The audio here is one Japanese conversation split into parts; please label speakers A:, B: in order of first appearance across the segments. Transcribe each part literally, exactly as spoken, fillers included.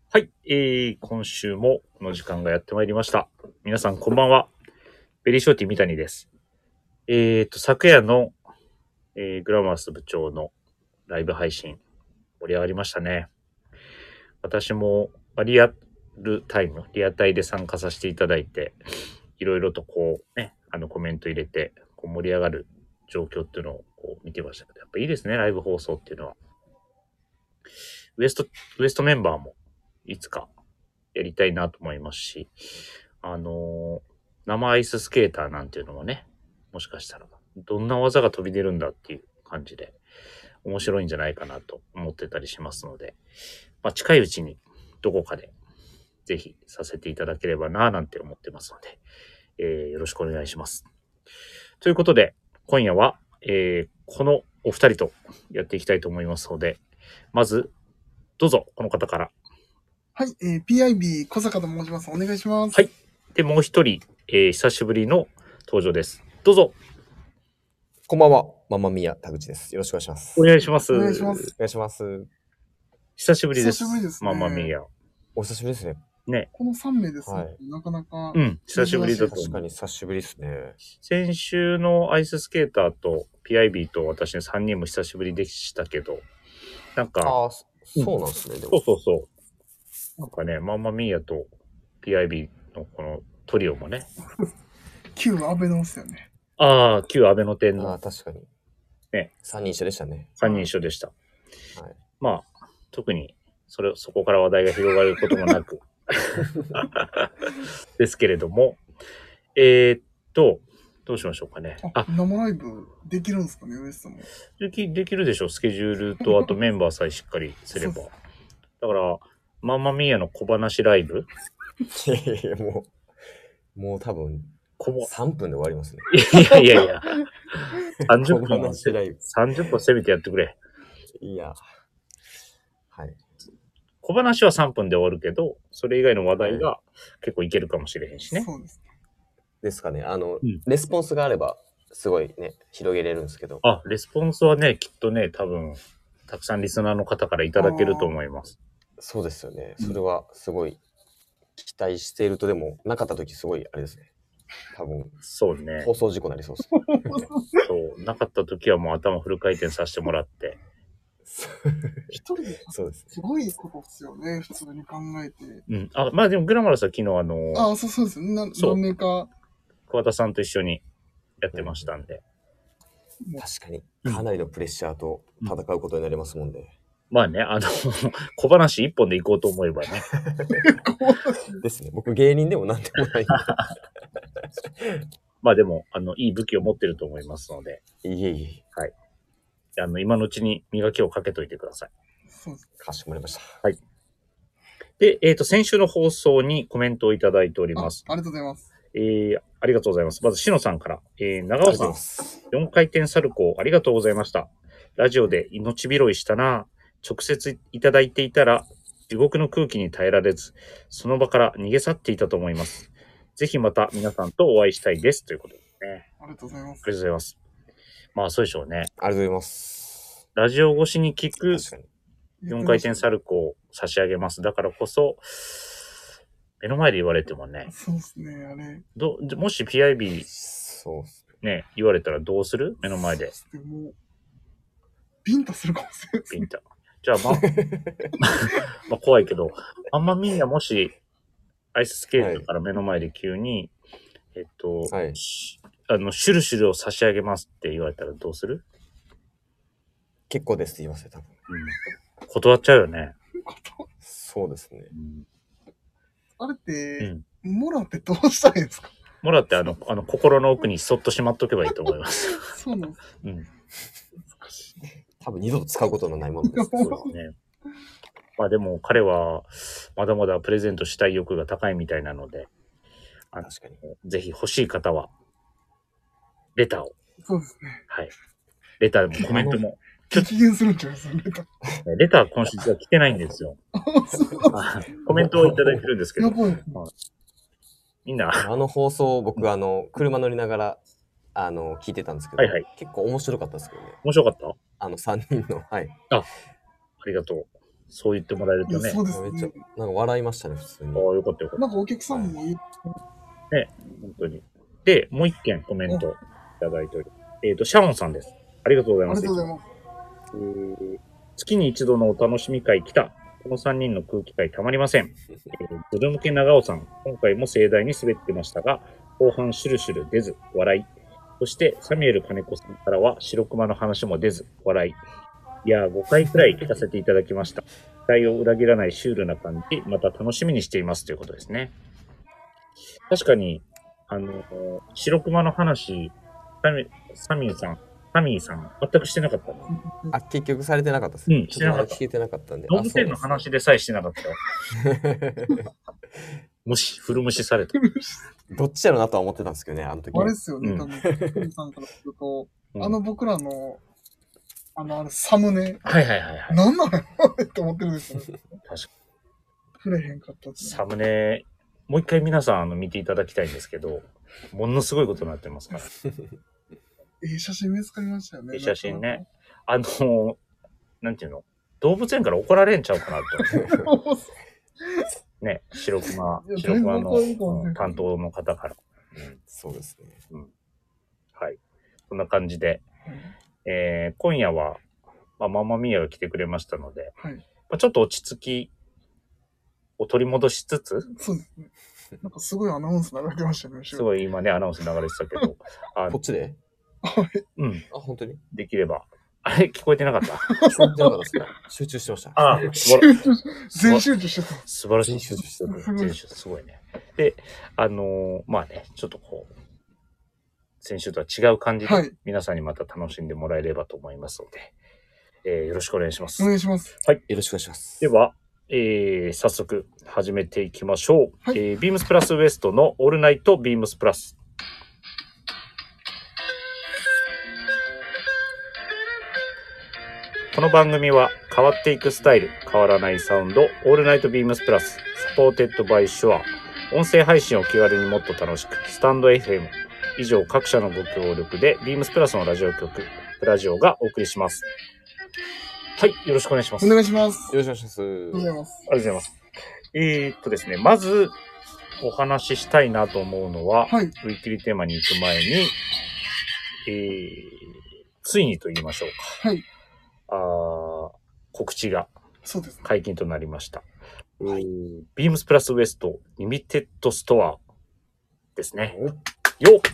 A: はい、えー、今週もこの時間がやってまいりました。皆さんこんばんは。ベリーショーティー三谷です。えーと、昨夜の、えーグラマラス部長のライブ配信、盛り上がりましたね。私もまあリアルタイム、リアタイで参加させていただいて、いろいろとこうね、あのコメント入れて、こう盛り上がる状況っていうのをこう見てましたけど、やっぱいいですね、ライブ放送っていうのは。ウエスト、ウエストメンバーもいつかやりたいなと思いますし、あのー生アイススケーターなんていうのもね、もしかしたら、どんな技が飛び出るんだっていう感じで、面白いんじゃないかなと思ってたりしますので、まあ、近いうちにどこかでぜひさせていただければなぁなんて思ってますので、えーよろしくお願いします。ということで、今夜は、えーこのお二人とやっていきたいと思いますので、まず、どうぞ、この方から。
B: はい、えー、ピーアイビー 小坂と申します。お願いします。
A: はい。で、もう一人、えー久しぶりの登場です。どうぞ。
C: こんばんは、ママミヤ田口です。よろしくお願いします。
A: お願いします。
B: お願いします。
C: お願いします。
A: 久しぶりです。
B: 久しぶりですね
A: ママミヤ。
C: お久しぶりですね。
A: ね。
B: このさん名ですね、
C: はい
B: なかなか。
A: うん、久しぶりだと
C: 確
A: 思う。
C: かに久しぶりですね。
A: 先週のアイススケーターと ピーアイビー と私のさんにんも久しぶりでしたけど、なんか、
C: ああ、そそうなんですね。で
A: そう
C: も、
A: そうそう。なんかね、ママミヤと ピーアイビー のこのトリオもね、
B: 旧安倍のですよね。
A: ああ、旧安倍の天
C: ああ、
A: の
C: 確かに。
A: ね。
C: さんにん一緒でしたね。
A: さんにん一緒でした。
C: はい。
A: まあ、特にそれ、そこから話題が広がることもなく、ですけれども、えーっと、どうしましょうかね。
B: あ、
A: あ、
B: 生ライブできるんですかね、ウエストも。
A: でき、できるでしょう。スケジュールと、あとメンバーさえしっかりすれば。
B: そう
A: だから、マンマミーヤの小話ライブ
C: いやいや、もう、もう多分、
A: 小ば
C: さんぷんで終わりますね。
A: いやいやいや、さんじゅっぷん
C: 小
A: は
C: 話ライブ
A: さんじゅっぷんせめてやってくれ。
C: いや。はい。
A: 小話はさんぷんで終わるけど、それ以外の話題が結構いけるかもしれへんしね。
B: そうです。
C: ですかね。あの、
A: うん
C: レスポンスがあれば、すごいね、広げれるんですけど。
A: あ、レスポンスはね、きっとね、多分、たくさんリスナーの方からいただけると思います。
C: そうですよね。
A: うん
C: それはすごい期待していると、でも、なかったときすごい、あれですね。多分、
A: そうね。
C: 放送事故になりそうです。
A: そう、なかった時はもう頭フル回転させてもらって。
B: 一人で、
C: そうですね。
B: すごいことですよね、普通に考えて。
A: うん。あ、まあでもグラマラスは昨日あの、
B: あ、そうそうですね。な
A: そう
B: 何名か。
A: 桑田さんと一緒にやってましたんで。
C: 確かに、かなりのプレッシャーと戦うことになりますもんね。
A: まあね、あの、小話一本で行こうと思えばね。
C: ですね。僕芸人でもなんでもないん
A: まあでも、あの、いい武器を持ってると思いますので、
C: で。いえいえ、
A: あの、今のうちに磨きをかけといてください。
B: そうです。
C: かしこまりました。
A: で、えっ、と、先週の放送にコメントをいただいており
B: あ、あ
A: ます。
B: りがとうございます。
A: えー、ありがとうございます。まず、しのさんから、えー、長尾さん
C: ありがとうございま、す。
A: よんかい転サルコーありがとうございました。ラジオで命拾いしたな。直接いただいていたら、地獄の空気に耐えられず、その場から逃げ去っていたと思います。ぜひまた皆さんとお会いしたいです。ということですね。
B: ありがとうございます
A: ありがとう。ございます。まあ、そうでしょうね。
C: ありがとうございます。
A: ラジオ越しに聞く
C: 確かに。
A: よんかい転サルコーを差し上げます。だからこそ、目の前で言われてもね、
B: そうですね、あれ。
A: どもし ピーアイビー
C: そうっす
A: ね、言われたらどうする？目の前で。
B: でも、ビンタするかもしれないですね。
A: ピンタ。じゃあ、ま、まあ怖いけど、あんまみんなもし、アイススケートから目の前で急に、えっと、
C: はい。
A: しあの、シュルシュルを差し上げますって言われたらどうする？
C: 結構ですって言いますよ、多分。
A: うん。断っちゃうよね。
C: そうですね。
A: うん。
B: あれっ
A: う
B: て、
A: ん。
B: モラってどうしたらいいんですか？
A: もらって、あの、あの、心の奥にそっとしまっとけばいいと思います。
B: そうなんです。
A: うん。
B: 難しい。
C: 多分二度と使うことのないものです。
A: そうですね。まあでも彼はまだまだプレゼントしたい欲が高いみたいなので、あの
C: 確かに。
A: ぜひ欲しい方は、レターを。
B: そうですね。
A: はい。レターもコメントも。
B: 激減するんちゃいますね。
A: レター今週実は来てないんですよ。コメントをいただいてるんですけど、
B: やばいですね。
A: みんな、
C: あの放送、僕、あの、車乗りながら、あの、聞いてたんですけど、
A: はいはい
C: 結構面白かったですけどね。
A: 面白かった？
C: あの、さんにんの、はい。
A: ありがとう。 そう言ってもらえる
B: いや、
A: とね。
B: そうです
C: めっちゃ
B: ね。、
C: なんか笑いましたね、普通に。
A: ああ、よかったよかっ
B: なんかお客さんも言う、
A: た。ね、本当に。で、もう一件コメントいただいております。えっ、と、シャオンさんです。ありがとうござい
B: あ
A: ます。
B: りがとうございます。
A: えー月に一度のお楽しみ会来た。このさんにんの空気感たまりません。えー、ズル向け長尾さん、今回も盛大に滑ってましたが、後半シュルシュル出ず、笑い。そして、サミュエル金子さんからは、白熊の話も出ず、笑い。いやー、ごかいくらい聞かせていただきました。期待を裏切らないシュールな感じ、また楽しみにしていますということですね。確かに、あの、白熊の話、サミサミュさん、サミーさん、全くしてなかったね。
C: あ、結局されてなかったです
A: う
C: ね。
A: んしてなかった
C: ちょっとまだ聞けてなかったんで。
A: 動物園の話でさえしてなかったよ。無視、古無視された。
C: どっちやろうなとは思ってたんですけどね、あの時。
B: あれですよね、
A: うん
B: 多分、トムさんからすると、
A: うん
B: あの僕らの、あの、あれ、サムネ、
A: はいはいはいはい。
B: なんなんやろって思ってるんですよね。
A: 確か
B: 触れへんかったっ
A: に。
B: ていう
A: サムネ、もう一回皆さんあの見ていただきたいんですけど、ものすごいことになってますから。
B: ええ写真見つかりましたよね。
A: いい写真ね。あの、なんていうの動物園から怒られんちゃうかなと。ね、白熊、
B: いや
A: 白熊の、
B: だいぶ怒られるかもしれない
A: うん担当の方から。うん
C: そうですね。
A: はい。そんな感じで、えー今夜は、まあ、ママミーヤが来てくれましたので、
B: はい。
A: まあ、ちょっと落ち着きを取り戻しつつ、
B: そうですね。なんかすごいアナウンス流れてましたね、
A: すごい今ね、アナウンス流れてたけど、あ
C: こっちで
A: うん、
C: あ、本当に
A: できれば。あれ、聞こえてなかった
C: 聞こえてなかったですか集中してました。
A: ああ、素晴ら
B: 集中し全集中してた。
A: 素晴らしい。
C: 全集中してた
B: すごい
A: 全集中すごいね。で、あのーまあね、ちょっとこう、先週とは違う感じで、
B: はい
A: 皆さんにまた楽しんでもらえればと思いますので、えーよろしくお願いします。
B: お願いします。
C: よろしくお願いします。
A: では、えー早速始めていきましょう。
B: はい
A: えービームスプラスウエストのオールナイトビームスプラス。この番組は変わっていくスタイル、変わらないサウンド、オールナイトビームスプラス、サポーテッドバイシュア、音声配信を気軽にもっと楽しく、スタンド エフエム、以上各社のご協力で、ビームスプラスのラジオ局、プラジオがお送りします。はい、よろしくお願いします。
B: お願いします。
C: よろしくお願いします。
B: ありがとうございます。
A: ありがとうございます。えー、っとですね、まずお話ししたいなと思うのは、
B: はい。
A: ウィークリーテーマに行く前に、えー、ついにと言いましょう
B: はい。
A: か。あー告知が
B: そうですね。
A: 解禁となりました。
C: はい。
A: ビームスプラスウエストリミテッドストアですね。
C: よっ。
A: よっ
C: よっ。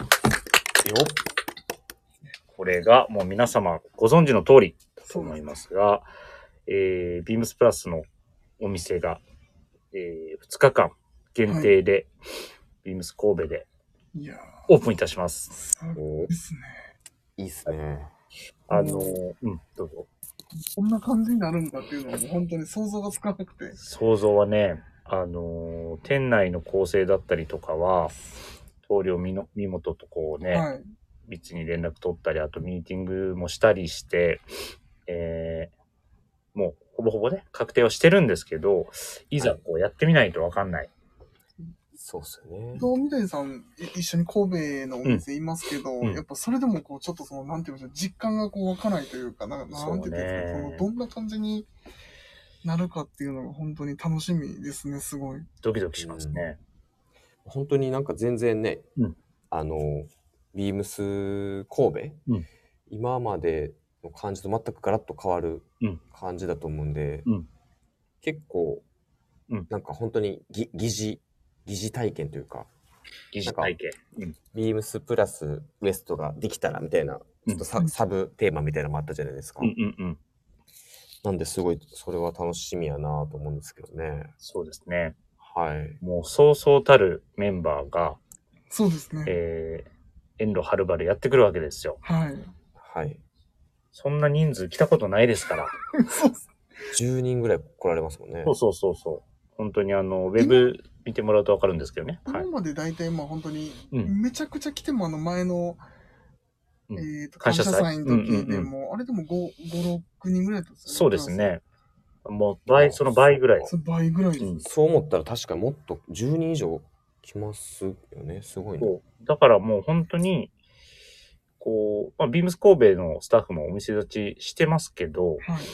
A: これがもう皆様ご存知の通りだと
B: そうです
A: 思いますが、えー、ビームスプラスのお店が、えー、ふつかかん限定で、ビームス神戸で
B: いや
A: オープンいたします。
B: ー、すご
C: お
B: いですね。
C: いいっすね。
A: あのー、うん、どうぞ。
B: こんな感じになるんだっていうのも本当に想像がつかなくて。
A: 想像はね、あのー、店内の構成だったりとかは、棟梁みの身元とこうね、
B: はい。
A: 密に連絡取ったり、あとミーティングもしたりして、えー、もうほぼほぼね、確定はしてるんですけど、いざこうやってみないとわかんない。
C: そうっすよね。
B: と、三谷さん、い一緒に神戸のお店いますけど、
A: うん
B: やっぱそれでもこう、ちょっとその、なんていうんでしょう、実感がこう、湧かないというか、ななんていうんですか、
A: そうね
B: その、どんな感じになるかっていうのが本当に楽しみですね、すごい。
A: ドキドキしますね。
C: 本当になんか全然ね、
A: うん
C: あの、ビームス神戸、
A: うん
C: 今までの感じと全くガラッと変わる
A: うん
C: 感じだと思うんで、
A: うん
C: 結構、
A: うん
C: なんか本当にぎ疑似、疑似体験というか、
A: 疑似体験。うん
C: ビームスプラスウエストができたらみたいな、ちょっとサ,、
B: うん
C: サブテーマみたいなのもあったじゃないですか。
A: うんうんうん。
C: なんですごい、それは楽しみやなと思うんですけどね。
A: そうですね。
C: はい。
A: もうそうそうたるメンバーが、
B: そうですね。
A: えー、遠路はるばるやってくるわけですよ。
B: はい。
C: はい。
A: そんな人数来たことないですから。
B: そうっす。
C: じゅうにんぐらい来られますもんね。
A: そうそうそうそう。本当にあの、ウェブ見てもらうとわかるんですけどね。はい。
B: 今まで大体まあ本当に、
A: うん
B: めちゃくちゃ来てもあの前の、
A: うん
B: えっ、と、
A: 感謝祭
B: 感謝祭の時で
A: うんうん
B: も、あれでもご、ご、ろくにんぐらいだったんですよね。
A: そうですね。もう倍、その倍ぐらい。
B: その倍ぐらいです。
A: うん
C: そう思ったら確かにもっとじゅうにん以上来ますよね。すごいね。
A: そう。だからもう本当に、こう、まあ、ビームス神戸のスタッフもお店立ちしてますけど、
B: はい。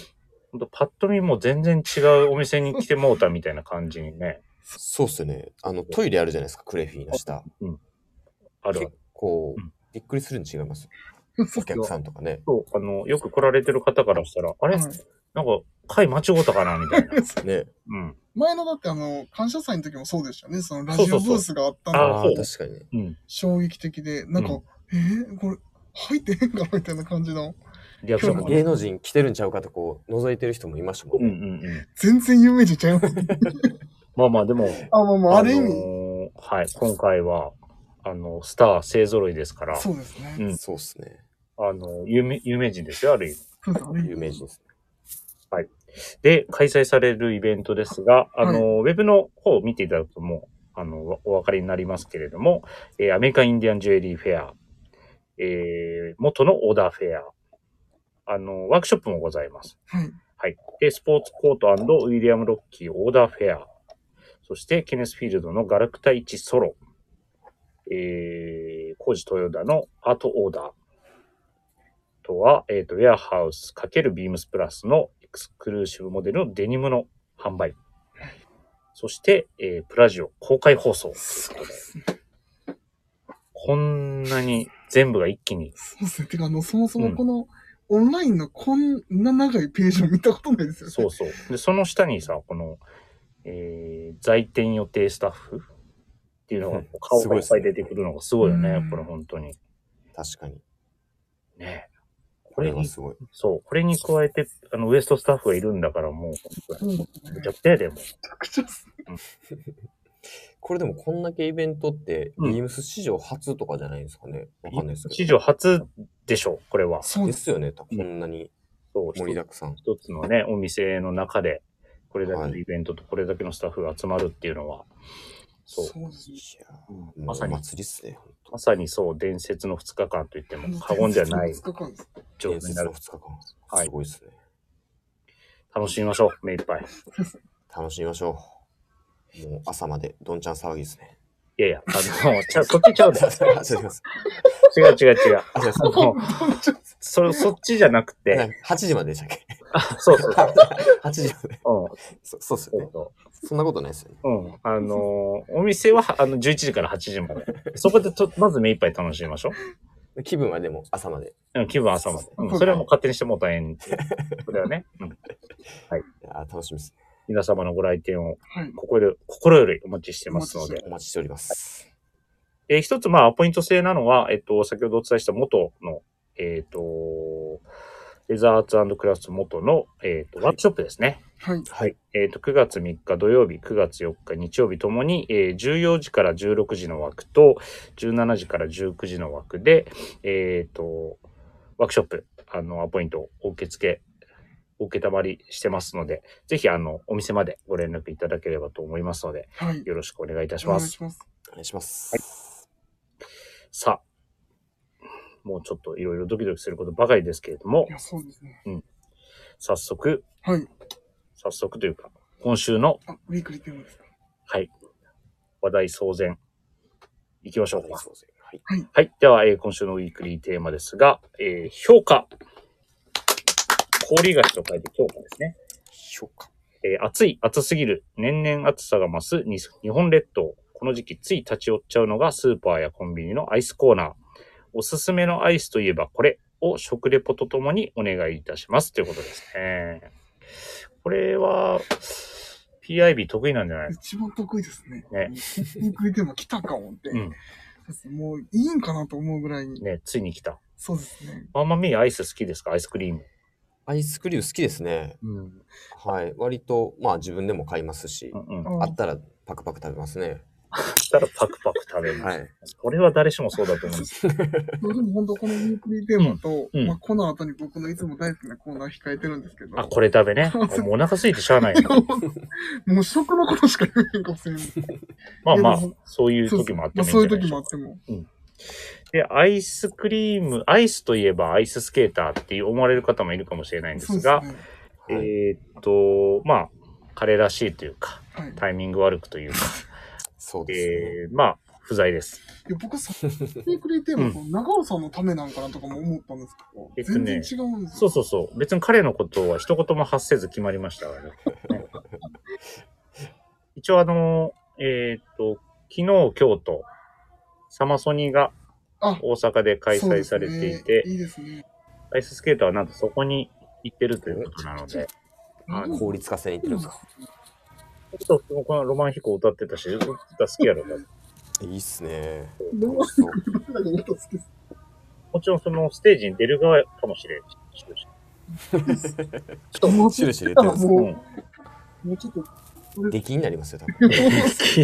A: ほんとパッと見もう全然違うお店に来てもうたみたいな感じにね。
C: そうっすよね。あの、トイレあるじゃないですか、クレフィーの下。
A: うん。あるあ
C: 結
A: る。
C: 構
A: うん、
C: びっくりするに違います。
B: そう
C: お客さんとかね。
A: そう、あの、よく来られてる方からしたら、あれ、
B: はい
A: なんか、回間違ったかなみたいな。
C: ね。
A: うん。
B: 前のだってあの、感謝祭の時もそうでしたよね。そのラジオブースがあったの
A: あ
B: が
C: ああ、
A: そう
C: 確かにね。
A: うん。
B: 衝撃的で、なんか、
A: うん
B: えー、これ、入ってへんかなみたいな感じの。
A: リアクションがね。
C: 芸能人来てるんちゃうかとこう、覗いてる人もいましたもん
A: うんう
C: ね。
A: んうん。
B: 全然有名人ちゃいます。
A: まあまあ、でも、
B: あ、まあまあ、ある意
A: の
B: 味、
A: ーはい、今回は、あの、スター勢揃いですから、
B: そうですね。
A: うん。
C: そうっすね。
A: あの、有名、有名人ですよ、ある意味。
B: そうです、ある意味
C: 有名人ですね。
A: で、開催されるイベントですが、あの、ウェブの方を見ていただくともう、あの、お分かりになりますけれども、えーアメリカンインディアンジュエリーフェア、えー元のオーダーフェア、あの、ワークショップもございます。
B: はい。
A: はい。で、スポーツコートウィリアム・ロッキーオーダーフェア、そしてケネスフィールドのガラクタいちソロ、えー、コージトヨタのアートオーダー、あとは、えっ、と、ウェアハウス×ビームスプラスのエクスクルーシブモデルのデニムの販売。そして、えープラジオ公開放送ということで、こんなに全部が一気に、
B: そうですね。てか、あの、そもそもこの、オンラインのこんな長いページを見たことないですよね。
A: そうそう。で、その下にさ、この、えー在店予定スタッフっていうのが
C: うん
A: 顔がいっぱい
C: すごいですね
A: 出てくるのがすごいよね、
B: うん
A: これ本当に。
C: 確かに。
A: ね。こ
C: これ
A: れに、
C: はすごい。
A: そう、これに加えて、あの、ウエストスタッフがいるんだからもう、
B: そうですね。
A: めちゃくちゃやで、もう。
B: めちゃくちゃっす
C: これでもこんだけイベントって、
A: うん
C: ビームス史上初とかじゃないですかね。わかんないですけど。
A: 史上初でしょ、これは。
B: そうです。
C: ですよね。こんなに
A: そう、
C: 盛りだくさん。
A: 一つのね、お店の中で、これだけの
C: はい
A: イベントとこれだけのスタッフが集まるっていうのは、そう。
B: そうですね。
C: いや
A: うん
C: ーもうお
A: まさに
C: 祭りっすね。ほんと
A: まさにそう、伝説のふつかかんと言っても過言じゃない
B: ふつかかんです。
A: 状態になる
C: 伝説の。ふつかかん。
A: はい
C: すごいっすね。
A: 楽しみましょう、目いっぱい。
C: 楽しみましょう。もう朝までどんちゃん騒ぎですね。
A: いやいや、あの、ちゃそっちちゃうで。
C: あ、すいません。
A: 違う違う違う。
C: あ、すいません
A: あの、そ、そっちじゃなくて、
C: はちじまででしたっけ
A: あ、そうそうそう。
C: はちじまで。
A: うん、
C: そそうっすよね。
A: そうそ
C: そんなことないですよね。
A: う。うん。あのーお店は、あの、じゅういちじからはちじまで。そこでと、まず目いっぱい楽しみましょ
C: 気分はでも朝まで。
A: う。うん、気分は朝まで。うん、それはもう勝手にしてもう大変。それはね、うん、
C: いやー楽しみですね。
A: 皆様のご来店を
B: はい。
A: 心より、心よりお待ちしてますので。
C: お待ちしております。
A: えー一つ、まあ、ポイント制なのは、えっと、先ほどお伝えした元の、えっと、レザーアーツクラフト元の、えっと、ワークショップですね。
B: はい。
A: はい。えっと、くがつみっか土曜日、くがつよっか日曜日ともに、えーじゅうよじからじゅうろくじの枠と、じゅうしちじからじゅうくじの枠で、えっと、ワークショップ、あの、アポイントお受け付け、お受けたまりしてますので、ぜひ、あの、お店までご連絡いただければと思いますので、
B: はい。
A: よろしくお願いいたし
B: お願
A: ます。
B: いします。
C: お願いします。
A: さあ、もうちょっといろいろドキドキすることばかりですけれども
B: い、や、そうですね。
A: 早速、
B: はい。
A: 早速というか、今週の、
B: あ、ウィークリーテーマですか。
A: はい、話題騒然、いきましょうか。
C: そうですねはい。
A: はい。では、えー今週のウィークリーテーマですが、えー評価。氷菓子と書いて評価ですね。
C: 評価。
A: えー暑い、暑すぎる、年々暑さが増すに日本列島。この時期つい立ち寄っちゃうのがスーパーやコンビニのアイスコーナー。おすすめのアイスといえばこれを食レポとともにお願いいたしますということですね。これは ピーアイビー 得意なんじゃない
B: 一番得意ですね。
A: ね
B: ウィークリーテーマ来たかもって。
A: うん。
B: そうですねもういいんかなと思うぐらいに。
A: ね、ついに来た。
B: そうですね。
A: ママミーアイス好きですか？アイスクリーム。
C: アイスクリーム好きですね。
A: うん。
C: はい。割と、まあ自分でも買いますし
A: う、んうん。
B: あ
C: あったらパクパク食べますね。
A: したらパクパク食べる。
C: はい。
A: これは誰しもそうだと思うんです。
B: でも本当このウィークリーテーマと、
A: うんうん
B: まあこの後に僕のいつも大好きなコーナー控えてるんですけど。
A: あ、これ食べね。もうお腹空いてしゃあないよ。
B: もう食のことしか言えへんかもしれない。
A: まあまあ
B: いやでも、
A: そういう時もあってもいいんじ
B: そういう
A: ゃないでしょうか。
B: 時もあっても。
A: で、アイスクリーム、アイスといえばアイススケーターって思われる方もいるかもしれないんですが、
B: そうですね。
C: はい。
A: えーっと、まあ、彼らしいというか、
B: はい。
A: タイミング悪くというか、
C: そうですね。
A: えー、まあ、 不在です。
B: いや、僕さ、てくれても、
A: う
B: 長尾さんのためなんかなとかも思ったんですけど、
A: えっとね
B: 全然違うんですよ。
A: そうそうそう。別に彼のことは一言も発せず決まりましたからね。一応あの、えっと、昨日、今日と、サマソニが
B: あ、
A: 大阪で開催されていて、
B: いいですね。
A: アイススケートはなんとそこに行ってるということなので、あの
C: 効率化せに行ってるんですか？
A: ちょっとこのロマン飛行歌ってたし、歌好きやろな。
C: いいっすね。
B: ロマン
C: 楽しそう。
B: なんか音好きです。
A: もちろんそのステージに出る側かもしれんし。
B: ちょっともうちょっ
C: 印入れてるんですか？
B: もう、
A: うん。
B: もうちょっと、
C: 出禁になりますよ、多分。
A: できん。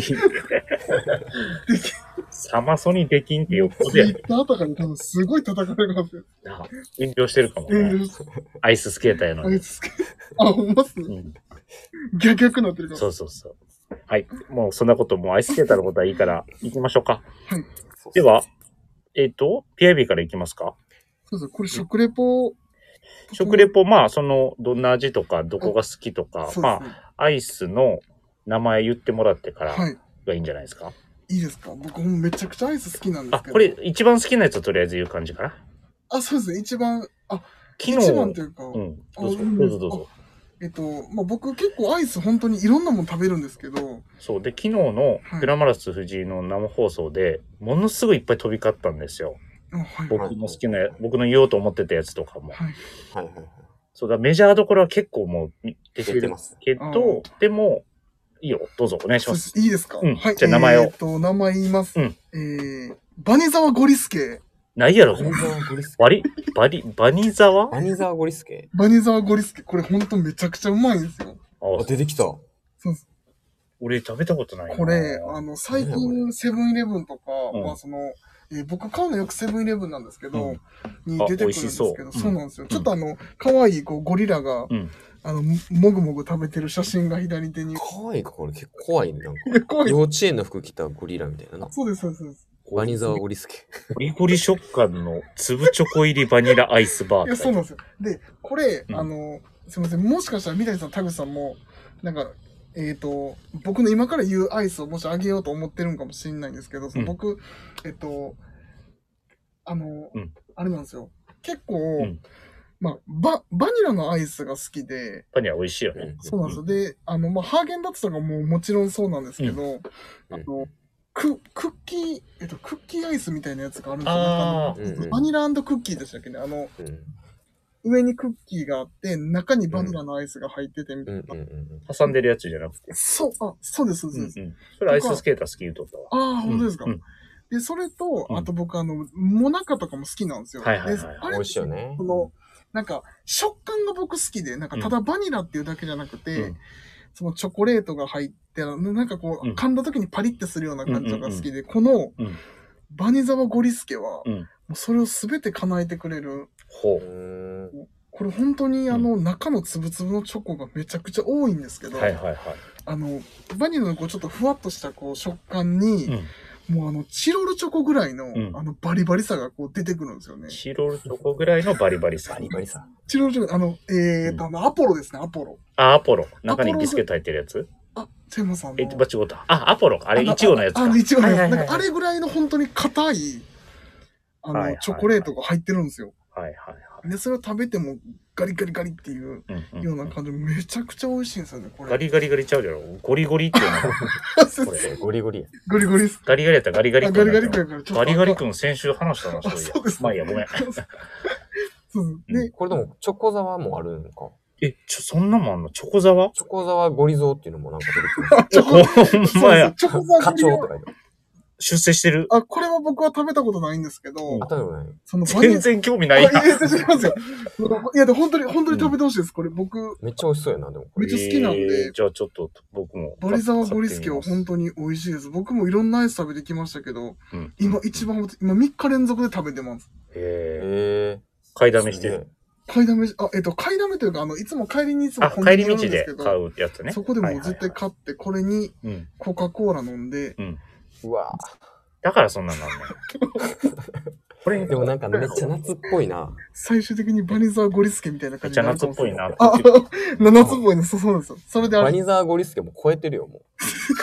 A: サマソニできんってよっぽどやね
B: ツイッターとかに多分すごい叩かれますよ。
A: な。遠慮してるかもね。
B: 遠慮して
A: アイススケーターやのに。
B: あいつ、あ、ほんまっすね。
A: うん、
B: 逆逆なってるから。
A: そうそうそう。はい。もうそんなこともアイススケーターのことはいいから行きましょうか。
B: はい。
A: では、えっ、と、ピーアイビー から行きますか。
B: そうそう、これ食レポ。
A: 食レポ、まあ、その、どんな味とか、どこが好きとか、
B: そうですね。
A: まあ、アイスの名前言ってもらってから
B: はい。
A: がいいんじゃないですか。
B: いいですか？僕もめちゃくちゃアイス好きなんです
A: あ、
B: けど。
A: これ、一番好きなやつをとりあえず言う感じかな。
B: あ、そうですね。一番、あ、
A: 昨日、
B: 一番というか、
A: うん。
B: あ
A: どうぞ、
B: うん
A: どうぞどうぞ。
B: えっと、まあ、僕結構アイス本当にいろんなもの食べるんですけど、
A: そう。で、昨日の
B: はい
A: グラマラス藤井の生放送で、ものすごいいっぱい飛び交ったんですよ。
B: あ、はい。
A: 僕の好きな、僕の言おうと思ってたやつとかも。
B: はい。
C: はいはいはい。
A: そうだ、メジャーどころは結構もう出てる
C: 出てます。
A: けど、でも、いいよ、どうぞお願いします。
B: そうです。いいですか？
A: うん
B: はい。
A: じゃあ名前を
B: えっと、名前言います。
A: うん
B: えー、バニザワゴリスケ。
A: ないやろ、
C: バニザワゴリスケ。
A: バリ、バリ、バニザワ
C: バニザワゴリスケ。
B: バニザワゴリスケ。これほんとめちゃくちゃうまいんですよ。
A: あ
C: あ、出てきた。
B: そうです。
A: 俺食べたことないな。
B: これ、あの、最近セブンイレブンとか、
A: うん
B: まあその、えー僕買うのよくセブンイレブンなんですけど、
A: うん
B: に出てくるんですけど、
A: あ美味しそう
B: そうなんですよ。
A: うん
B: ちょっとあの、可愛いこうゴリラが、
A: うん。
B: あの、もぐもぐ食べてる写真が左手に。
C: かわいいか、これ結構怖いね。なんか、
B: いや、怖い。
C: 幼稚園の服着たゴリラみたいなな。
B: そうです、そうですそうです。
C: バニザワゴリスケ。
A: ゴリゴリ食感の粒チョコ入りバニラアイスバー
B: いや、そうなんですよ。で、これ、
A: うん
B: あの、すみません、もしかしたら三谷さん、田口さんも、なんか、えっ、と、僕の今から言うアイスをもしあげようと思ってるんかもしれないんですけど、その
A: うん
B: 僕、えっと、あの、
A: うん
B: あれなんですよ。結構、
A: うん
B: まあ、バ、バニラのアイスが好きで、
A: バニラ美味しいよね。
B: そうなんですよ。で、あの、まあ、ハーゲンダッツとかももちろんそうなんですけど、あの、ククッキー、えっと、クッキーアイスみたいなやつがあるんですよ。
A: あー
B: なんかあの
C: うんうん
B: バニラクッキーでしたっけね。あの、
C: うん。
B: 上にクッキーがあって、中にバニラのアイスが入っててみたいな。
C: うんうんうん。
A: 挟んでるやつじゃなくて。
B: そう、あ、そうです、そう
A: うん
B: です。
A: うん。それアイススケーター好き言うとったわ。
B: ああ、本当ですか。
A: うんうん
B: で、それと、
A: うん
B: あと僕、あの、モナカとかも好きなんですよ。
A: はいはいはい
B: であれ
C: 美味しいよね
B: そ。の、なんか、食感が僕好きで、なんか、ただバニラっていうだけじゃなくて、
A: うん
B: そのチョコレートが入って、なんかこう、
A: うん
B: 噛んだ時にパリってするような感じが好きで、この、
A: うん
B: バニザワゴリスケは、
A: うん。
B: もうそれをすべて叶えてくれる。
A: ほ
C: うーん。
B: これ本当にあの、中のつぶつぶのチョコがめちゃくちゃ多いんですけ
A: う。
B: ど、
A: はいはいはい。
B: あの、バニラのこうちょっとふわっとしたこう食感に、
A: うん。
B: もうあの、チロルチョコぐらいの、
A: ん
B: あの、バリバリさがこう出てくるんですよね。
A: チロルチョコぐらいのバリバリさ
C: バ。リバリさ。
B: チロルチョコ、あの、えーと、あの、アポロですね、アポロ。
A: あ、アポロ。中にビスケット入ってるやつ
B: あ、セイマさんの。
A: え、間違った。あ、アポロ。あれ、イチゴのやつか。
B: あの、イチゴのやつ。
A: はいはいはい
B: なんか、あれぐらいの本当に硬い、あの、
A: はいはいはい
B: チョコレートが入ってるんですよ。
A: はいはいはい。
B: で、それを食べてもガリガリガリっていう
A: うんうん
B: ような感じで、めちゃくちゃ美味しいんですよね、これ。
A: ガリガリガリちゃうじゃろ。ゴリゴリっていうのこれ。
C: ゴリゴリや。
B: ゴリゴリです。
A: ガリガリやったらガリガリ
B: あ
A: 君
B: ガリガリ君
A: になっちゃう。
B: やから、ちょっと。
A: ガリガリ君先週話したな、そういや
B: あそうです。
A: まあいいや、ごめん。
B: そうです。で、
C: これでも、チョコザワもあるのか。
A: え、ちょ、そんなもんあんのチョコザワ
C: チョコザワゴリゾーっていうのもなんか出てきま
B: チョコ、
A: ほんまや。
B: チョコ
C: す。課
B: ザゴリラ
C: 長とか言って。
A: 出世してる。
B: あ、これは僕は食べたことないんですけど、
A: うん
C: あ、たよね。
B: そのバニ
A: 全然興味ないやん。
B: あいやいや違いますよ。いや、でも本当に、本当に食べてほしいです。これ僕、
C: めっちゃ美味しそうやな、でもこれ。
B: めっちゃ好きなんで
A: えーじゃあちょっと僕も。
B: バリザワゴリスケは
A: 買ってみ
B: 本当に美味しいです。僕もいろんなアイス食べてきましたけど、
A: ますうん
B: 今一番、今みっか連続で食べてます。
A: へえ。
C: へ
A: 買いだ
C: ー。
A: めしてる。
B: 買いだめし、あ、えっと、買いだめというか、あの、いつも帰りにいつも
A: あ、
B: コンビニ寄る
A: 帰り道
B: んですけど、
A: で買うやつね。
B: そこでもう
A: はいはいはい
B: 絶対買って、これに
A: うん。
B: コカ・コーラ飲んで、
A: うん。
C: うわ
A: だからそんなんなんね。これ、
C: でもなんかめっちゃ夏っぽいな。
B: 最終的にバニザワゴリスケみたいな
A: めっ
B: 感じ
A: ちゃ夏っぽいな。
B: あ、夏っぽいね。そうそうなんですよ。それであれ、
C: バニザーゴリスケも超えてるよ、も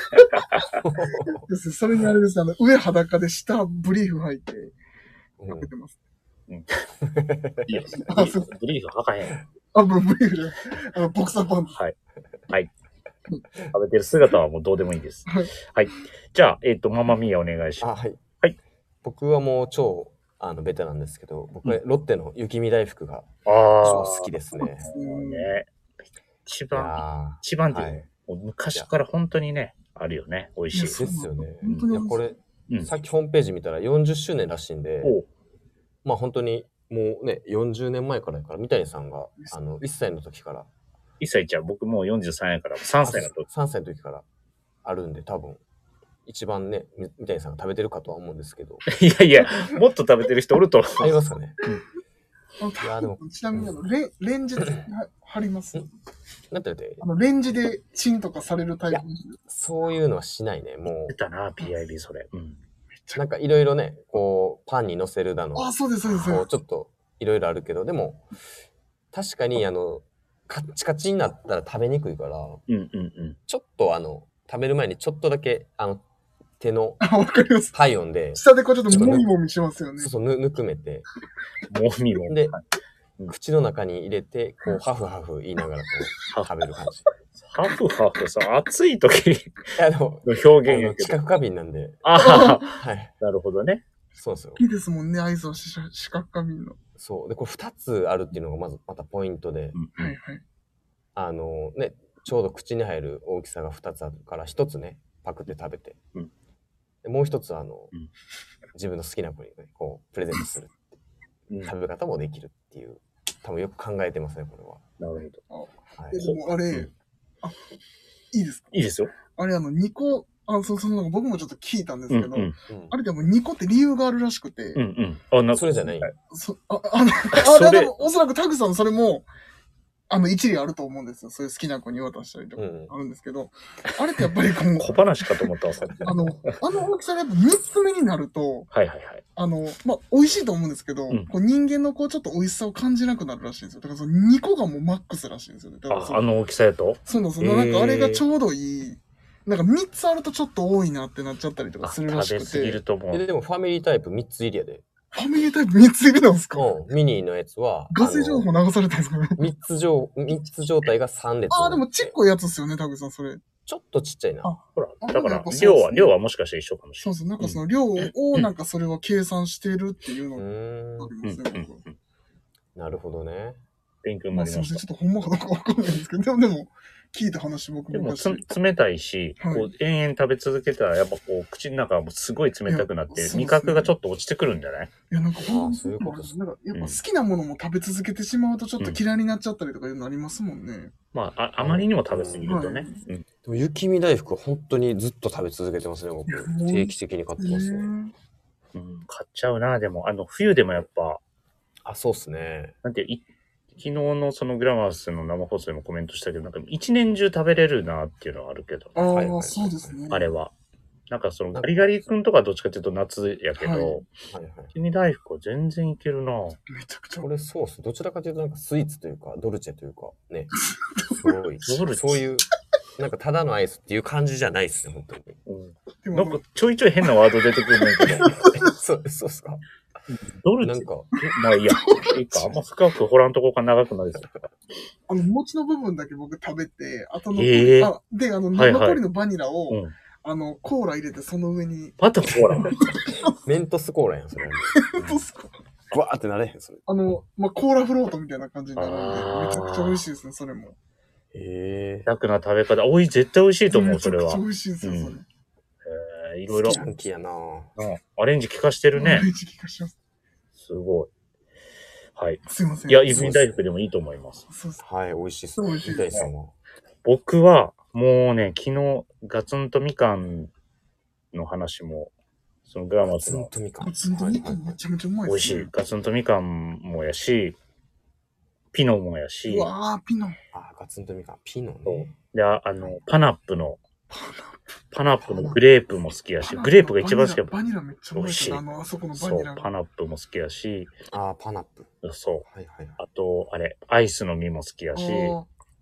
B: ですねそれにあれです、あの、上裸で下ブリーフ履いて、
C: うん
B: かけてます。
A: いや、
B: あそう
A: ブリーフ履かへん。
B: あ、ブリーフで、あの、ボクサーパンツ。
A: はい。はい。食べてる姿はもうどうでもいいです。
B: はい。
A: はい。じゃあ、えっ、と、ママミーヤお願いし
C: あ、
A: ます。
C: はい。
A: はい。
C: 僕はもう超、あの、ベテランですけど、僕はロッテの雪見大福が
A: あ
C: 超好きですね。
A: あ、もうね。一
C: い
A: 番、
C: や
A: 一番っていうの、
C: はい
A: もう昔から本当にね、あるよね。美味しい。
B: いやそう
C: ですよね。
B: 本当に
C: いや、これ、
A: うん
C: さっきホームページ見たらよんじゅっしゅうねんらしいんで、
A: おう
C: まあ本当にもうね、よんじゅうねんまえからやから、三谷さんが、あの、いっさいの時から、
A: いっさいちゃう。僕もうよんじゅうさんやから、さんさいの時。
C: さんさいの時からあるんで、多分、一番ね、み三谷さんが食べてるかとは思うんですけど。
A: いやいや、もっと食べてる人おると思う。
C: ありますかね。
B: あの
C: いやでも
B: ちなみにあの、レンレンジでは貼ります。
C: なんて言って
B: あの、レンジでチンとかされるタイプ。
C: そういうのはしないね。も
A: 出たな、ピーアイビー それ。うん。
C: う、なんかいろいろね、こう、パンに乗せるだの、
B: あ、そうです、そうです。そう
C: こう、
B: です
C: ちょっといろいろあるけど、でも、確かに、あの、カッチカチになったら食べにくいから、
A: うんうんうん。
C: ちょっとあの、食べる前にちょっとだけ、あの、手の
B: あ、わかります。
C: 体温で、
B: 下でこうちょっともみもみしますよね
C: そう。そう、ぬ、ぬくめて、
A: もみもみ。
C: で
A: はいうん
C: 口の中に入れて、こう、ハフハフ言いながらこう、食べる感じ。
A: ハフハフさ、暑い時
C: いや、でも、
A: の表
C: あの、
A: 現やけど。
C: 知覚過敏なんで、
A: ああ、
C: はい。
A: なるほどね。
C: そうですよ。
B: いいですもんね、アイスはし四角過敏の。
C: そう。で、これ二つあるっていうのがまず、またポイントで、
A: うん
B: はいはい。
C: あの、ね、ちょうど口に入る大きさが二つあるから、一つね、パクって食べて、
A: うん
C: でもう一つ、あの、
A: うん
C: 自分の好きな子にね、こう、プレゼントする。
A: うん
C: 食べ方もできるっていう、多分よく考えてますね、これは。
A: なるほど。
C: はい
B: え、。でもあれ、
A: うん
B: あ、いいですか
A: いいですよ。
B: あれあの、にこ、あ、そう、その、僕もちょっと聞いたんですけど、
A: うんうん。
C: うん
B: あれでもにこって理由があるらしくて、
A: うんうん。あ、な
C: それじゃない
B: そあ、あの、
A: それ
B: あれでもおそらくタグさんそれも、あの、一理あると思うんですよ。そういう好きな子に渡したりとか
C: うん。
B: あるんですけど、あれってやっぱりこう、
A: 小話かと思ったわ、さっき。
B: あの、あの大きさでやっぱみっつめになると、
A: はいはいはい。
B: あの、まあ、美味しいと思うんですけど、
A: うん
B: こう人間のこうちょっと美味しさを感じなくなるらしいんですよ。だからそのにこがもうマックスらしいんですよね。だからそ
A: あ、あの大きさやと
B: そうなんですよ。
A: へー
B: なんかあれがちょうどいい。なんかみっつあるとちょっと多いなってなっちゃったりとか
A: あ、
B: するらしく
A: 食べ過ぎる
B: て。
A: と思う。
C: ででも、ファミリータイプみっつ入りやで。
B: ファミリータイプみっつ入りなんですか
C: うん。ミニのやつは、
B: ガセ情報流されたんですかね
C: みっつ状、三つ状態がさん列。
B: ああ、でもちっこいやつですよね、タグさん、それ。
C: ちょっとちっちゃいな。
B: あ
A: ほら、
B: あ
A: だから
B: やっぱ、そうですね
A: 量は、量はもしかしたら一緒かもしれ
B: そうそう、なんかその量をなんかそれは計算してるっていうの
C: う
B: が
C: ーん。
B: あり
A: ない。うん
B: ますね、
A: うん
B: 僕は。
A: うん。
C: なるほどね。
A: 勉強に
B: まあすいません、
A: なりまし
B: ちょっとほんまかどうかわかんないんですけど、でも、でも聞いた話僕
A: た。でも
B: 昔。
A: つ、冷たいし、
B: はい
A: こう、延々食べ続けたら、やっぱこう、口の中がもうすごい冷たくなって
B: いやそうです、ね
A: 味覚がちょっと落ちてくるんじゃない
B: いや、なんかほんま
C: あ
B: に
C: そういうことっす
B: なんかやっぱ好きなものも食べ続けてしまうとちょっと嫌いになっちゃったりとかいうのありますもんね。
A: まあ、ああまりにも食べ過ぎるとね。うん。
C: でも、雪見大福は本当にずっと食べ続けてますね、僕
B: いやも。う
C: 定期的に買ってますね。
A: うん、買っちゃうな、でも、あの、冬でもやっぱ、
C: あ、そうっすね。
A: なんていう、い昨日のそのグラマースの生放送でもコメントしたけど、なんか一年中食べれるなっていうのはあるけど、
B: ああ、
C: はいはい
B: そうですね。
A: あれは。なんかそのガリガリ君とかどっちかっていうと夏やけど、
B: はい
C: はいはい。
A: 雪見大福は全然いけるな。
B: めちゃくちゃ。
C: これそうっす。どちらかというとなんかスイーツというか、ドルチェというか、ね。すごい。
A: ドルチェ
C: そういう、なんかただのアイスっていう感じじゃないっすね、本当に。
A: うん、
B: でも
A: なんかちょいちょい変なワード出てくるんだけど、
C: そう、そうっすか。
A: ドルチェ
C: なんか、
A: まあいいや、いいか、あんま深く掘らんとこが長くなりそう。
B: あの、餅の部分だけ僕食べて、あと残
A: へ
B: り、
A: ー
B: あ、で、あの、
A: はいはい
B: 残りのバニラを、
A: うん。
B: あの、コーラ入れてその上に、
A: またほら。
C: メントスコーラやん、それ。
B: どうすか
C: グワーってなれへん、それ。
B: あの、まあ、コーラフロートみたいな感じになるん
A: あ
B: で、
A: ー
B: めちゃくちゃ美味しいですね、それも。
C: へえ。
A: 楽な食べ方。おい、絶対美味しいと思う、それは
B: めちゃくちゃ。美味しいですよ、それ。
A: うんえーいろいろ、
C: ジャンキーやな
A: うんアレンジ効かしてるね。
B: 毎日聞かします。
A: すごい。はい。
B: すいません。
A: いや、雪見大福でもいいと思います。
B: そうです。
C: はい、美味しいっす。
B: 美味しい
C: みたいさんは。
A: 僕は、もうね、昨日、ガツンとみかんの話も、そのグラマー
C: ガツン
A: スの
C: とみかん。
B: ガツンとみかんめちゃめちゃうまいですね。
A: 美味しい。ガツンとみかんもやし、ピノもやし
B: う、わー、ピノ。
C: あ、ガツンとみかん。ピノ
A: そう
C: ね。
A: で、ああの、パナップの、パナップのグレープも好きやし、グレープが一番好きや
B: バニラバニラめっちゃうまいですね。
A: 美味しい
B: あの、あそこのバ
A: そう
B: ニラ、が。
A: パナップも好きやし、
C: あ、パナップ。
A: そう。
C: はいはいはい。
A: あと、あれ、アイスの実も好きやし、
B: あー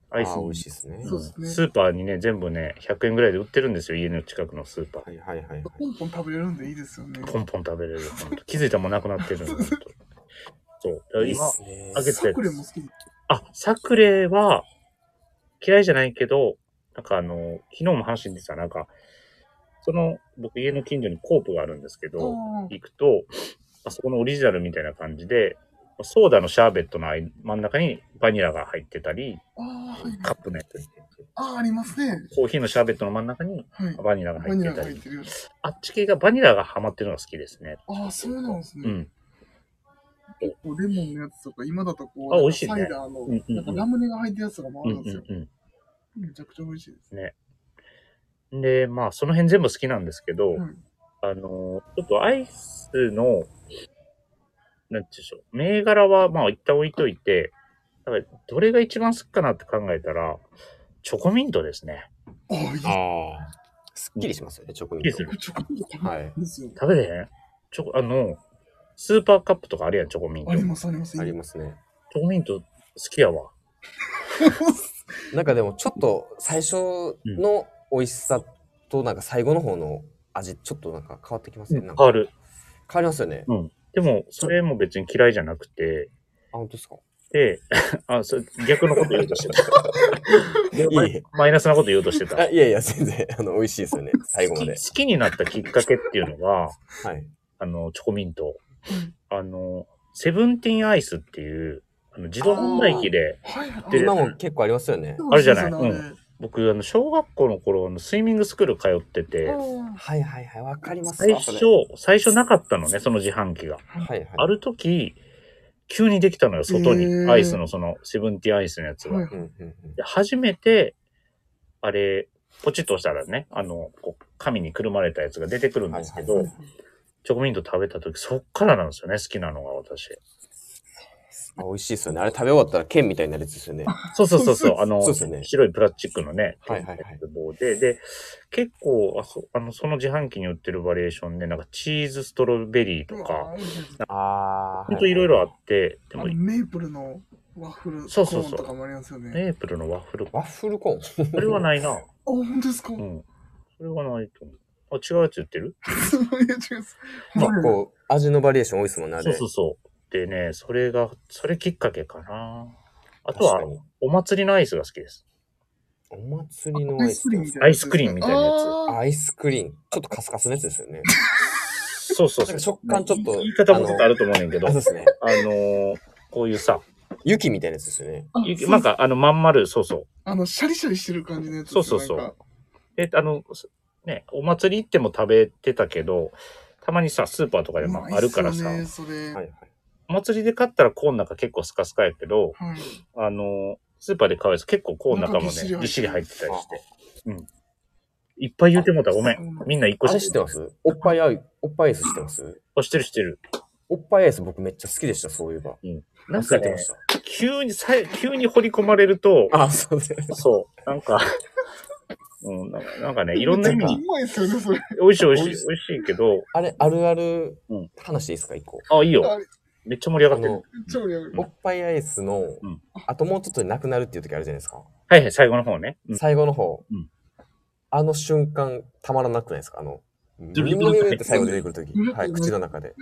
A: アイス
C: あー美味しいですね。
B: そうですね
A: スーパーにね、全部ね、ひゃくえんぐらいで売ってるんですよ、家の近くのスーパー。
C: はいはいはいはい。
B: ポンポン食べれるんでいいですよね。
A: ポンポン食べれる。ほんと気づいたらもうなくなってるの。ほんとそう。だから
C: いいっ
A: 今、
C: すね。
A: あげて
B: サクレも好き。
A: あ、サクレは嫌いじゃないけど、なんかあの、昨日も話に出てた、なんか、その、僕家の近所にコープがあるんですけど、
B: あ
A: 行くと、あそこのオリジナルみたいな感じで、ソーダのシャーベットの間真ん中にバニラが入ってたり、
B: あ、ああ、はい。
A: カップのやつに
B: ああ、ありますね。
A: コーヒーのシャーベットの真ん中に
B: はい。
A: バニラが
B: バニラ
A: 入ってたり、
B: が入ってるやつ。
A: あっち系がバニラがハマってるのが好きですね。
B: ああ、そうなんですね。
A: うん。
B: 結構レモンのやつとか、今だとこう、
A: あ美味しいね
B: サイダーの、
A: うんうんうん
B: なんかラムネが入ってるやつとかもあ
A: うん
B: るんですよ。
A: うんうん。
B: めちゃくちゃ美味しいです。
A: ね。で、まあ、その辺全部好きなんですけど、
B: はい。
A: あの、ちょっとアイスの、なんて言うんでしょう、銘柄はまあ一旦置いといて、だからどれが一番好きかなって考えたら、チョコミントですね。
B: ああ、いい。
C: ああ。すっきりしますよね、チョコミント
A: すっきりす。る
B: チョコミント食べるんですよ。
A: 食べれへんチョコ、あの、スーパーカップとかあるやん、チョコミント。
B: あります、あります。
C: ありますね。
A: チョコミント好きやわ。
C: なんかでもちょっと最初の美味しさとなんか最後の方の味ちょっとなんか変わってきますね。なんか
A: 変わる。
C: 変わりますよね。
A: うん。でも、それも別に嫌いじゃなくて、
C: あ、本当ですか？
A: で、あ、それ逆のこと言おうとしてた。マイ
C: いえいえ。
A: マイナスなこと言おうとしてた。
C: あ、いやいや、全然、あの、美味しいですよね。最後まで。
A: 好き好きになったきっかけっていうのが、
C: はい。
A: あの、チョコミント。あの、セブンティーンアイスっていう、あの自動販売機で、
B: はいはい。
A: で
C: 今も結構ありますよね。
A: あるじゃない
B: 美味しですよね
A: 僕、あの、小学校の頃、あのスイミングスクール通ってて、
B: あれ
C: はいはいはい、わかります
A: 最
C: わ、そ
A: 初
C: れ。、
A: 最初なかったのね、その自販機が。
C: はいはい。
A: ある時、急にできたのよ、外に。
B: へー
A: アイスのその、セブンティーンアイスのやつが。
B: はい
C: うんうんうん。
A: で初めて、あれ、ポチッと押したらね、あの、こう紙にくるまれたやつが出てくるんですけど、
C: はい
A: チョコミント食べた時、そっからなんですよね、好きなのが私。
C: あ、美味しいですよね。あれ食べ終わったら剣みたいになるやつですよね。
A: そうそうそうそう、あの、
C: そうですよね
A: 白いプラスチックのね、
C: はいはいはい
A: 棒で、で、結構あそ、あの、その自販機に売ってるバリエーションで、なんかチーズストロベリーと
B: うわ
A: か、
B: 美味しいです
C: あ
A: ほんといろいろあって、でも
B: あの、メープルのワッフルコ
A: そうそうそう
B: ーンとかもありますよね。
A: メープルのワッフル、
C: ワッフルコーン。
A: それはないな。
B: あ、本当ですか、い
A: うん。それはないと思う。あ、違うやつ言ってる
B: や、違います。
C: 結構味のバリエーション多いですもんね、あれ。
A: そうそうそう。でね、それが、それきっかけかな。あとは
C: 確かに、
A: お祭りのアイスが好きです。
C: お祭りの
B: アイ
C: アイスって
B: スクリーンみたいな。
A: アイスクリーンみたいなやつ
B: あ
C: アイスクリーン。ちょっとカスカスのやつですよね。
A: そうそうそう。
C: なんか食感ちょっと
A: 言い方もちょっとあると思うねんけど、
C: あ、
A: あ
C: そうですね。
A: のーこういうさ、
C: 雪みたいなやつですよね。
B: ーあ
A: ゆ
B: そう
A: なんかあのまん丸、そうそう。
B: あの、シャリシャリしてる感じのやつ
A: そうそうそう
B: なんか
A: え、あの、ね、お祭り行っても食べてたけど、たまにさ、スーパーとかでもあるからさ、
B: うまいっすよね、それ。
C: はいはい。
A: お祭りで買ったらコーンの中結構スカスカやけど、
B: はい。
A: あの、スーパーで買うやつ結構コーンの中もね、
B: 中ぎっしり入ってる
A: ぎっしり入ってたりして。うん。いっぱい言うてもうたらごめん。みんな一個
C: あれ知ってますおっぱいアイ、おっぱいアイス知ってます
A: あ、知ってる知ってる。
C: おっぱいアイス僕めっちゃ好きでした、そういえば。
A: なんかね
C: 忘れてまし、た。
A: 急にさい、急に掘り込まれると、
C: あ、そうです。
A: そう、なんか、うん、なんかなんかね、いろんな意味に
B: めっちゃうまいっすよね、それ。
A: 美味しい美味しい、美味しいけど、
C: あれ、あるある
A: うん
C: 話でいいですか、一個。
A: あ、いいよ
B: あ。れ
A: めっちゃ盛り上がってる。
C: あの、
B: 超やる。
C: おっぱいアイスの
A: ん、
C: あともうちょっとでなくなるっていう時あるじゃないですか。
A: はいはい、最後の方ね。うん、
C: 最後の方
A: うん。
C: あの瞬間、たまらなくないですかあの、
A: ずる
C: ブリブリブリって最後出てくる時
B: ずる。
C: はい、口の中で。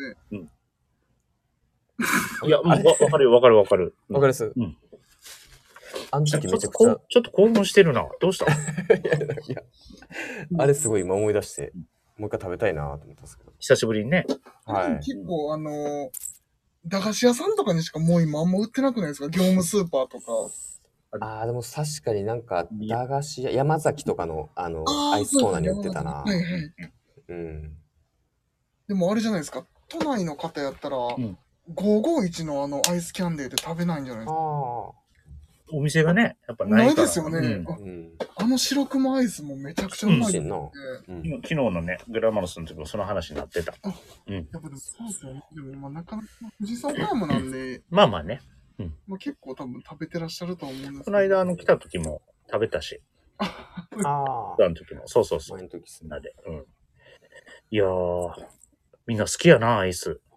A: いや、うん
C: あれ
A: わわかるよ、わかるわかる。
C: わかります
A: うん
C: あの
A: ちょ
C: 時めちゃくちゃ
A: ちょっとこう、ちょっと興奮してるな。どうした
C: いや、いや、あれすごい今思い出して、もう一回食べたいなと思ったんですけど。
A: 久しぶりにね。
C: はい。
B: 結構、あのー、駄菓子屋さんとかにしかもう今あんま売ってなくないですか業務スーパーとか。
C: ああ、でも確かになんか、駄菓子屋、山崎とかの、あの、
B: あー
C: アイスコーナーに売ってたな。
B: はいはい。
C: うん。
B: でもあれじゃないですか。都内の方やったら、
A: ん
B: ごーごーいちのあのアイスキャンデーって食べないんじゃないですか。
C: あ
A: お店がね、やっぱないから。
B: ないですよね
A: うん
C: あ。うん。
B: あの白熊アイスもめちゃくちゃうまいですね。
C: 美味しいな。うん。
A: 昨日昨日のね、グラマロスの時もその話になってた。
B: やっぱでもそうですよね。でも今なかなか富士山ファームなんで、
A: まあまあね。
B: まあ、結構多分食べてらっしゃると思うんですけど。
A: この間、あの、来た時も食べたし、
C: ああ。
A: あの時も。そうそうそう。
C: 前の時っすね。
A: みんなで。うん。いやー、みんな好きやな、アイス。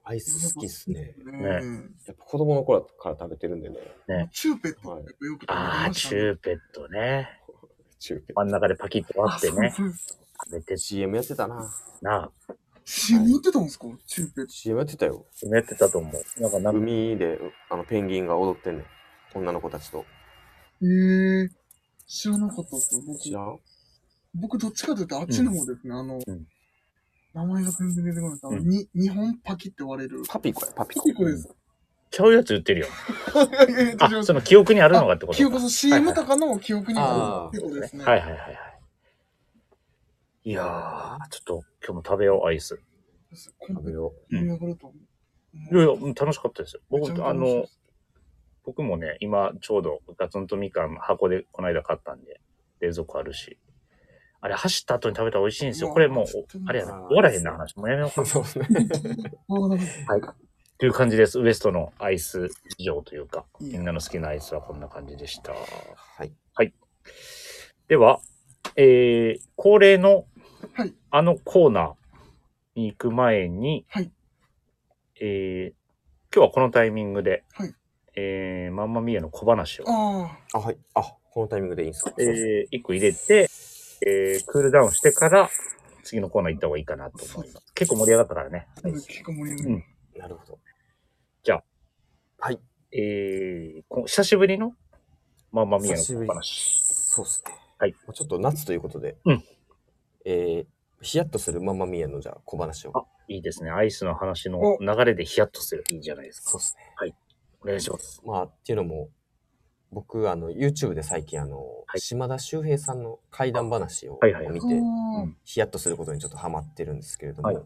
C: アイス好きっすね。
B: ね
C: やっぱ子供の頃から食べてるんでね。
A: ね。
B: チューペットってよく食べて
A: ああ、
B: ましたね。
A: チューペットね。
C: チューペッ
A: 真ん中でパキッと割ってね。
B: そうです
A: 食べて
C: シーエム やってたな。
A: な。
B: シーエム やってたんですかチューペット。
C: シーエム やってたよ。
A: やってたと思う。なんかなんか、
C: 海であのペンギンが踊ってんねん。女の子たちと。
B: えー、知らなかったっすよ。僕
C: 知らん
B: 僕どっちかというとあっちの方ですね。あの、
A: うん
B: 名前が全然出てこないです。あの、
A: うん
B: に、日本パキって割れる。
C: パピコや、パピコ。
B: パピコです。
A: ちゃうやつ言ってるよ。
B: いやいや
A: あ、その記憶にあるのがってこと
B: 記憶、
A: か。
B: そう シーエム とかの記憶にあ
C: あ
B: るパピコですね。
A: はいはいはいはい。いやー、ちょっと今日も食べよう、アイス。
C: 食べよ
B: 盛り上がると思う。
A: いやいや、うん楽しかったですよ。僕、
B: めちゃめちゃ
A: あの
B: 面白いで、す
A: 僕もね、今ちょうどガツンとみかん箱でこの間買ったんで、冷蔵庫あるし。あれ、走った後に食べたら美味しいんですよ。
B: うわ
A: これもう
B: ちょっと、
A: あれやな、
C: あー
A: 終わらへんな話。もうやめようか
C: う。そうですね。
A: はい。という感じです。ウエストのアイス事情というか、
B: いい
A: みんなの好きなアイスはこんな感じでした。
C: はい。
A: では、えー、恒例の
B: はい。
A: あのコーナーに行く前に、
B: はい。
A: えー、今日はこのタイミングで、
B: はい。
A: えー、マンマミーヤの小話を、
B: あ
C: あ、はい。あ、このタイミングでいいんですか？
A: えー、一個入れて、えー、クールダウンしてから、次のコーナー行った方がいいかなと思います。結構盛り上がったからね。
B: あ、結構盛り上が
A: うん
B: る。
C: なるほど。
A: じゃあ、
C: はい。
A: えー、こ久しぶりのマンマミーヤの小
C: 久しぶり。
A: 話。
C: そうですね。
A: はい。
C: ちょっと夏ということで、
A: うん。
C: えー、ヒヤッとするママミヤのじゃあ小話を。
A: あ、いいですね。アイスの話の流れでヒヤッとする。いいじゃないですか。
C: そうですね。
A: お願いします。
C: まあ、っていうのも、僕、あの、YouTube で最近、あの、
A: はい
C: 島田秀平さんの怪談話を
A: はいはいはい
C: 見て、
B: あ
A: うん
C: ヒヤッとすることにちょっとハマってるんですけれども、
A: はい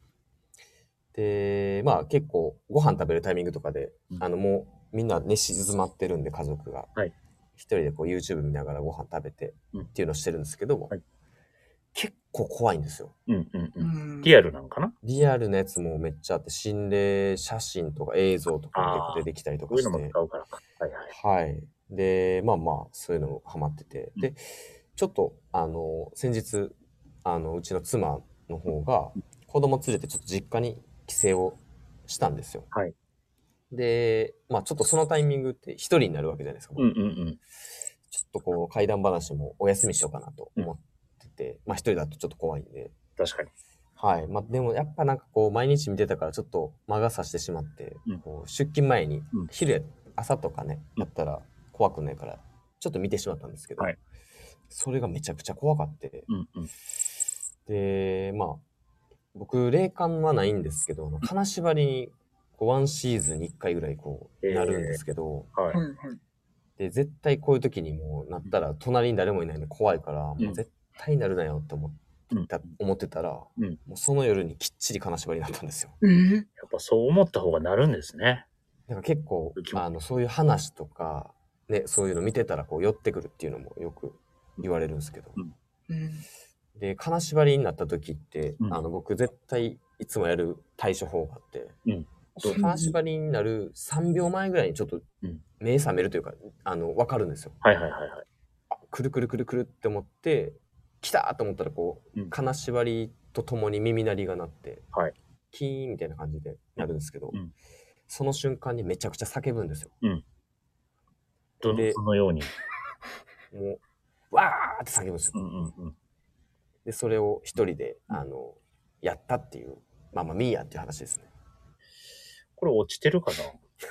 C: で、まあ結構ご飯食べるタイミングとかで、
A: うん
C: あのもうみんな寝静まってるんで家族が、
A: はい
C: 一人でこう YouTube 見ながらご飯食べて
A: うん
C: っていうのをしてるんですけども、
A: はい
C: 結構怖いんですよ。
A: うんうん
B: ー
A: うん。
B: うん。
A: リアルなのかな
C: リアルなやつもめっちゃあって、心霊写真とか映像とかも結構出てきたりと
A: こういうのも
C: かして、
A: 使うからか。はいはい。
C: はい。で、まあまあ、そういうのハマってて。で、ちょっと、あの、先日、あの、うちの妻の方が、子供連れてちょっと実家に帰省をしたんですよ。
A: はい。
C: で、まあちょっとそのタイミングって一人になるわけじゃないですか。
A: うんうんうん。
C: ちょっとこう、怪談話もお休みしようかなと思ってて、まあ一人だとちょっと怖いんで。
A: 確かに。
C: はい。まあでもやっぱなんかこう、毎日見てたからちょっと魔が差してしまって、
A: うん
C: こう出勤前に
A: うん
C: 昼や、朝とかね、
A: うん
C: やったら怖くないから、ちょっと見てしまったんですけど、
A: はい
C: それがめちゃくちゃ怖かって、
A: うんうん。
C: で、まあ、僕、霊感はないんですけど、あの金縛りにこうワンシーズンにいっかいぐらいこう、
A: えー
C: なるんですけど、
A: はい。
B: はいはい。
C: で、絶対こういう時にもうなったら隣に誰もいないんで怖いから、
A: うん
C: もう絶対なるなよって思
A: うん。
C: った、思ってたら、
A: うん
C: もうその夜にきっちり金縛りになったんですよ。
B: えー、
A: やっぱそう思った方がなるんですね。
C: なんか結構
A: うち、も
C: あの、そういう話とか、ね、そういうの見てたらこう寄ってくるっていうのもよく言われるんですけど。
A: うん
B: えー、
C: で、金縛りになった時って、
A: うん
C: あの、僕絶対いつもやる対処法があって、
A: うん
C: その金縛りになるさんびょうまえぐらいにちょっと
A: うん
C: 目覚めるというか、あの、わかるんですよ。
A: はいはいはいはい。
C: あくるくるくるくるって思って、来たと思ったらこう、
A: うん
C: 金縛りとともに耳鳴りが鳴って、
A: はい
C: キーンみたいな感じでなるんですけど、
A: うん
C: その瞬間にめちゃくちゃ叫ぶんですよ。
A: どの
C: で
A: そのように。
C: もう、わーって叫ぶんですよ。
A: うんうんうん。
C: で、それを一人で、あの、やったっていう、まあまあ、ミーヤっていう話ですね。
A: これ落ちてるかな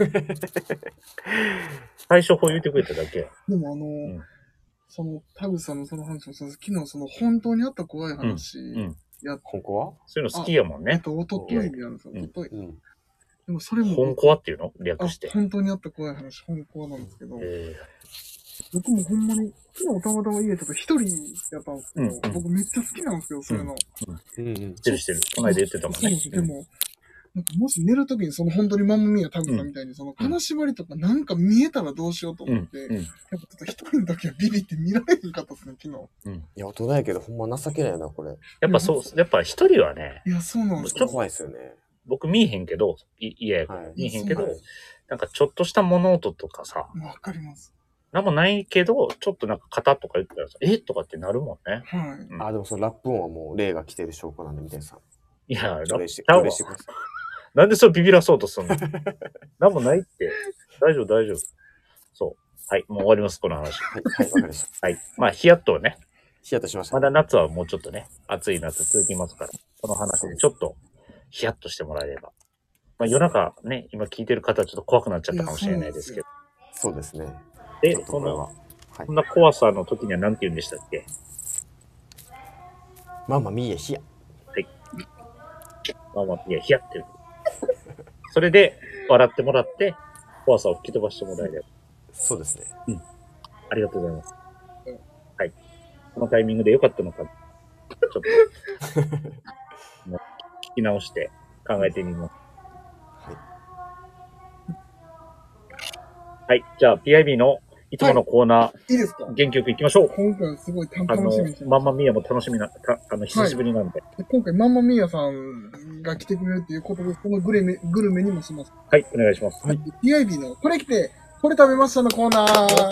A: 最初こう言ってくれただけ。
B: でもあの、
A: ん
B: その、田口さんのその話もそうです。昨日その本当にあった怖い話、
A: うん。
C: 本当は
A: そういうの好きやもんね。
B: えっと、おとといにあるんですよ。
A: うん
B: おととい。
C: うん。
B: でもそれも、
A: 本コアっていうの
B: あ
A: 略して。
B: 本当にあった怖い話、本コアなんですけど、
A: え
B: 僕もほんまに、昨日たまたま家ちょっと一人やったんですけど、
A: うんうん
B: 僕めっちゃ好きなんですよ、そういうの。
C: うんうん。
A: ー、してるしてる。この間言ってたもんね
B: そうで。す。でも、なんかもし寝るときにその本当にマンマミヤタグさんみたいにその金縛りとかなんか見えたらどうしようと
A: うん
B: 思って、
A: うん
B: やっぱちょっと一人の時はビビって見られへんかったですね、昨日。
C: いや、大人やけど、ほんま情けないな、これ。
A: やっぱそう、やっぱ一人はね、
B: いや、そうなんです
A: ちょっと
B: よ。
C: 怖いですよね。
A: 僕見えへんけど、い家やから
C: はい
A: 見えへんけど、
B: はい
A: なんかちょっとした物音とかさ、
B: わかります。
A: なんもないけど、ちょっとなんか肩とか言ったらさ、えとかってなるもんね。
B: はい。
A: うん
C: あ、でもそのラップ音はもう霊が来てる証拠なんで、みたいなさん。
A: いや、ラップ
C: 除霊して、
A: ちゃうわ
C: 除霊してください。
A: なんでそれビビらそうとすんのなんもないって。大丈夫、大丈夫。そう。はい、もう終わります、この話。
C: はい、はい、わかりました。
A: はい。まあ、ヒヤッとね。
C: ヒヤッとしました、
A: まだ夏はもうちょっとね、暑い夏続きますから、この話でちょっとヒヤッとしてもらえれば。まあ、夜中ね、今聞いてる方はちょっと怖くなっちゃったかもしれないですけど。
C: そうですね。
A: で、
C: ちょっと
A: この、
C: これは。はい
A: こんな怖さの時には何て言うんでしたっけ？
C: ママミーヤヒヤ。
A: はい。まあまあ、いや、ヒヤってる。それで、笑ってもらって、怖さを吹き飛ばしてもらえれば。
C: そうですね。
A: うん。ありがとうございます。はい。このタイミングで良かったのか、ちょっと、もう聞き直して考えてみます。
C: はい。
A: はい。じゃあ、ピーアイビー のいつものコーナー、
B: いいですか？
A: 元気よく行きましょう。
B: 今回はすごい楽
A: あの
B: しみにして、
A: マンマミーヤも楽しみな、たあの、久しぶりなんで。
B: で今回、マンマミーヤさんが来てくれるっていうことで、このグルメ、グルメにもします。
A: はい、お願いします。
B: はい。ピーアイビー の、これ来て、これ食べましたのコーナー。はい、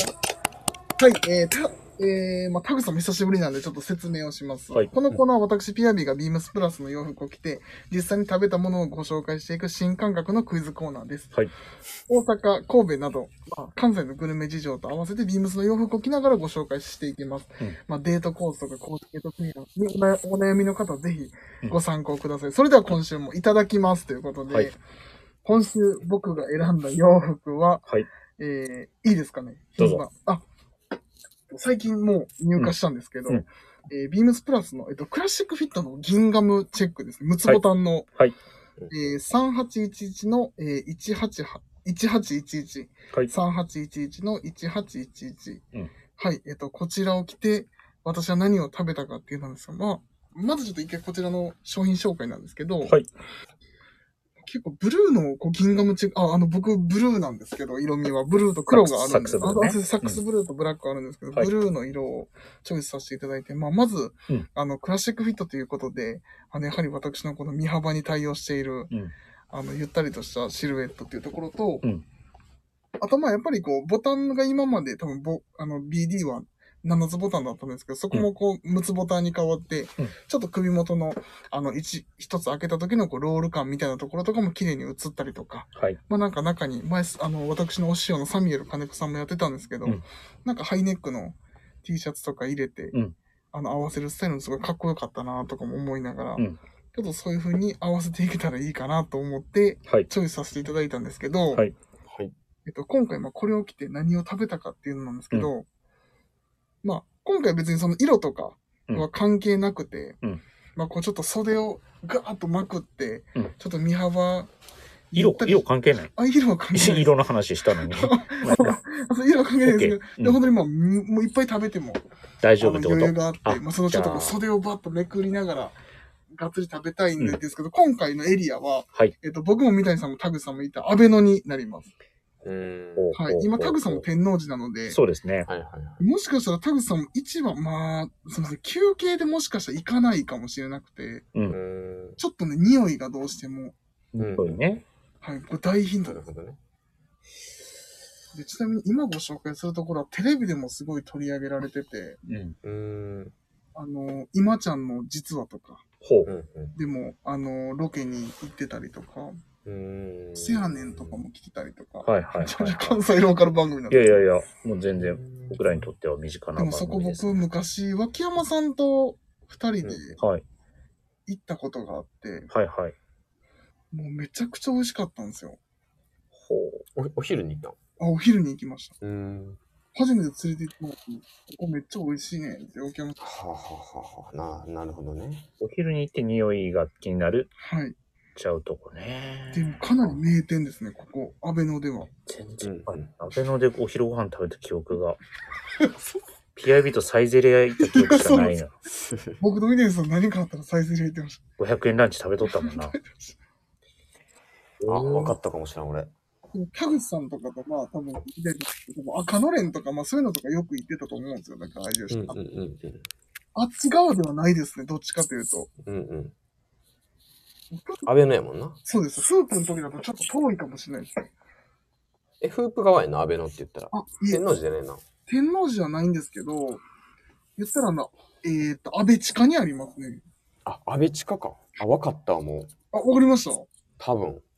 B: えー、た、えー、まあ、タグさんも久しぶりなんでちょっと説明をします。
A: はい
B: このコーナーは私、ピーアイビー がビームスプラスの洋服を着て、実際に食べたものをご紹介していく新感覚のクイズコーナーです。
A: はい。
B: 大阪、神戸など、まあ、関西のグルメ事情と合わせてビームスの洋服を着ながらご紹介していきます。
A: うん
B: まあ、デートコースとかコースデートクリアにお悩お悩みの方はぜひご参考ください。それでは今週もいただきますということで、
A: はい
B: 今週僕が選んだ洋服は、
A: はい。
B: えー、いいですかね？
A: どうぞ。
B: あ、最近もう入荷したんですけど、
A: うんうん
B: えー、ビームスプラスの、えっと、クラシックフィットの銀ガムチェックですね。六つボタンの、
A: はい。
B: えー、さんはちいちいちの、えー、いちはちいちいち、
A: はい。
B: さんはちいちいちのいちはちいちいち、
A: うん、
B: はい、えっと、こちらを着て、私は何を食べたかっていうのなんですが、まあ、まずちょっと一回こちらの商品紹介なんですけど、
A: はい。
B: 結構ブルーのこう銀ガムチェック、あ、あの僕ブルーなんですけど、色味はブルーと黒があるんです。
A: サックスブルーね
B: あサックスブルーとブラックあるんですけど、
A: うんはい
B: ブルーの色をチョイスさせていただいて、まあまず、
A: うん
B: あの、クラシックフィットということで、あの、やはり私のこの身幅に対応している、
A: うん。
B: あの、ゆったりとしたシルエットっていうところと、
A: うん
B: あとまあやっぱりこう、ボタンが今まで多分ボ、あの、ビーディー はななつボタンだったんですけど、そこもこう、むつボタンに変わって、
A: うん
B: ちょっと首元の、あの、一、一つ開けた時のこう、ロール感みたいなところとかも綺麗に映ったりとか、
A: はい。
B: まあなんか中に、前、あの、私のお師匠のサミュエル金子さんもやってたんですけど、
A: うん
B: なんかハイネックの T シャツとか入れて、
A: うん
B: あの、合わせるスタイルもすごいかっこよかったなとかも思いながら、
A: うん
B: ちょっとそういう風に合わせていけたらいいかなと思って、
A: はい。
B: チョイスさせていただいたんですけど、
A: はい。
C: はい。
B: えっと、今回、まあ、これを着て何を食べたかっていうのなんですけど、まあ、今回別にその色とかは関係なくて、
A: うん
B: まあ、こうちょっと袖をガーッとまくって、
A: うん
B: ちょっと身幅、
A: 色、色関係ない。
B: あ、色は関係ない。
A: 色の話したのに。
B: あそう色は関係ないですけど、
A: OK うん
B: で本当にもう、もういっぱい食べても、
A: 大丈夫ってこと
B: あの余裕があって、
A: あ
B: まあ、そのちょっとこう
A: じゃあ
B: 袖をバッとめくりながら、がっつり食べたいんで
A: うん
B: ですけど、今回のエリアは、
A: はい。
B: えっと、僕も三谷さんも田口さんもいた安倍野になります。
C: うーん。
A: ほう
B: はい。今、田口さんも天王寺なので、
A: そうですね。
C: はいはいはい。
B: もしかしたら田口さんも一番、まあ、すみません、休憩でもしかしたら行かないかもしれなくて、
A: う。
C: うんーん。
B: ちょっとね、匂いがどうしても、
C: うん
A: そうね。
B: はい、これ大ヒントです。
C: なるほどね。
B: でちなみに今ご紹介するところはテレビでもすごい取り上げられてて、
A: うん。
C: うーん。
B: あの、今ちゃんの実話とか、
A: ほう。
C: うんうん。
B: でも、あの、ロケに行ってたりとか、
C: うーん。
B: せやねんとかも聞きたりとか、
A: はいはいはい。
B: 関西ローカル番組なんで
A: いやいやいや、もう全然、僕らにとっては身近な番
B: でもそこ
A: 組です。
B: 僕昔、脇山さんと二人で
A: はい。
B: 行ったことがあって、
A: はいはい。
B: もうめちゃくちゃ美味しかったんですよ。
A: ほう。
C: おお昼に行ったの？
B: あ、お昼に行きました。
C: うーん。
B: 初めて連れて行ってもらって、ここめっちゃ美味しいねんって、お客さん。
C: はあ、はあはあはあ、な、なるほどね。
A: お昼に行って匂いが気になる
B: はい。
A: ちゃうとこね。
B: でもかなり名店ですね、ここ、安倍野では。
A: 全然、
C: うん
A: はい。安倍野でお昼ご飯食べた記憶が、ピーアイビー とサイゼリア行った記憶しかないな。
B: 僕とミネさん何かあったらサイゼリア行ってまし
A: ごひゃくえんランチ食べとったもんな。
B: た。
C: あ、わかったかもしれん、俺。
B: でも田口さんとかとまあ多分、左でも赤のれんとか、まあそういうのとかよく行ってたと思うんですよ、なんかああいう人。
C: うんうんうんうん。
B: あっち側ではないですね、どっちかというと。
C: うんうん。安倍のやもんな。
B: そうです。フープの時だとちょっと遠いかもしれないですね。
C: え、フープ側やな、安倍のって言ったら。
B: あ、いえ
C: 天、王寺じゃねえな。
B: 天王寺じゃないんですけど、言ったらな、えっ、と、安倍地下にありますね。
C: あ、安倍地下か。あ、わかったわ、もう。
B: あ、わかりました？
C: 多分。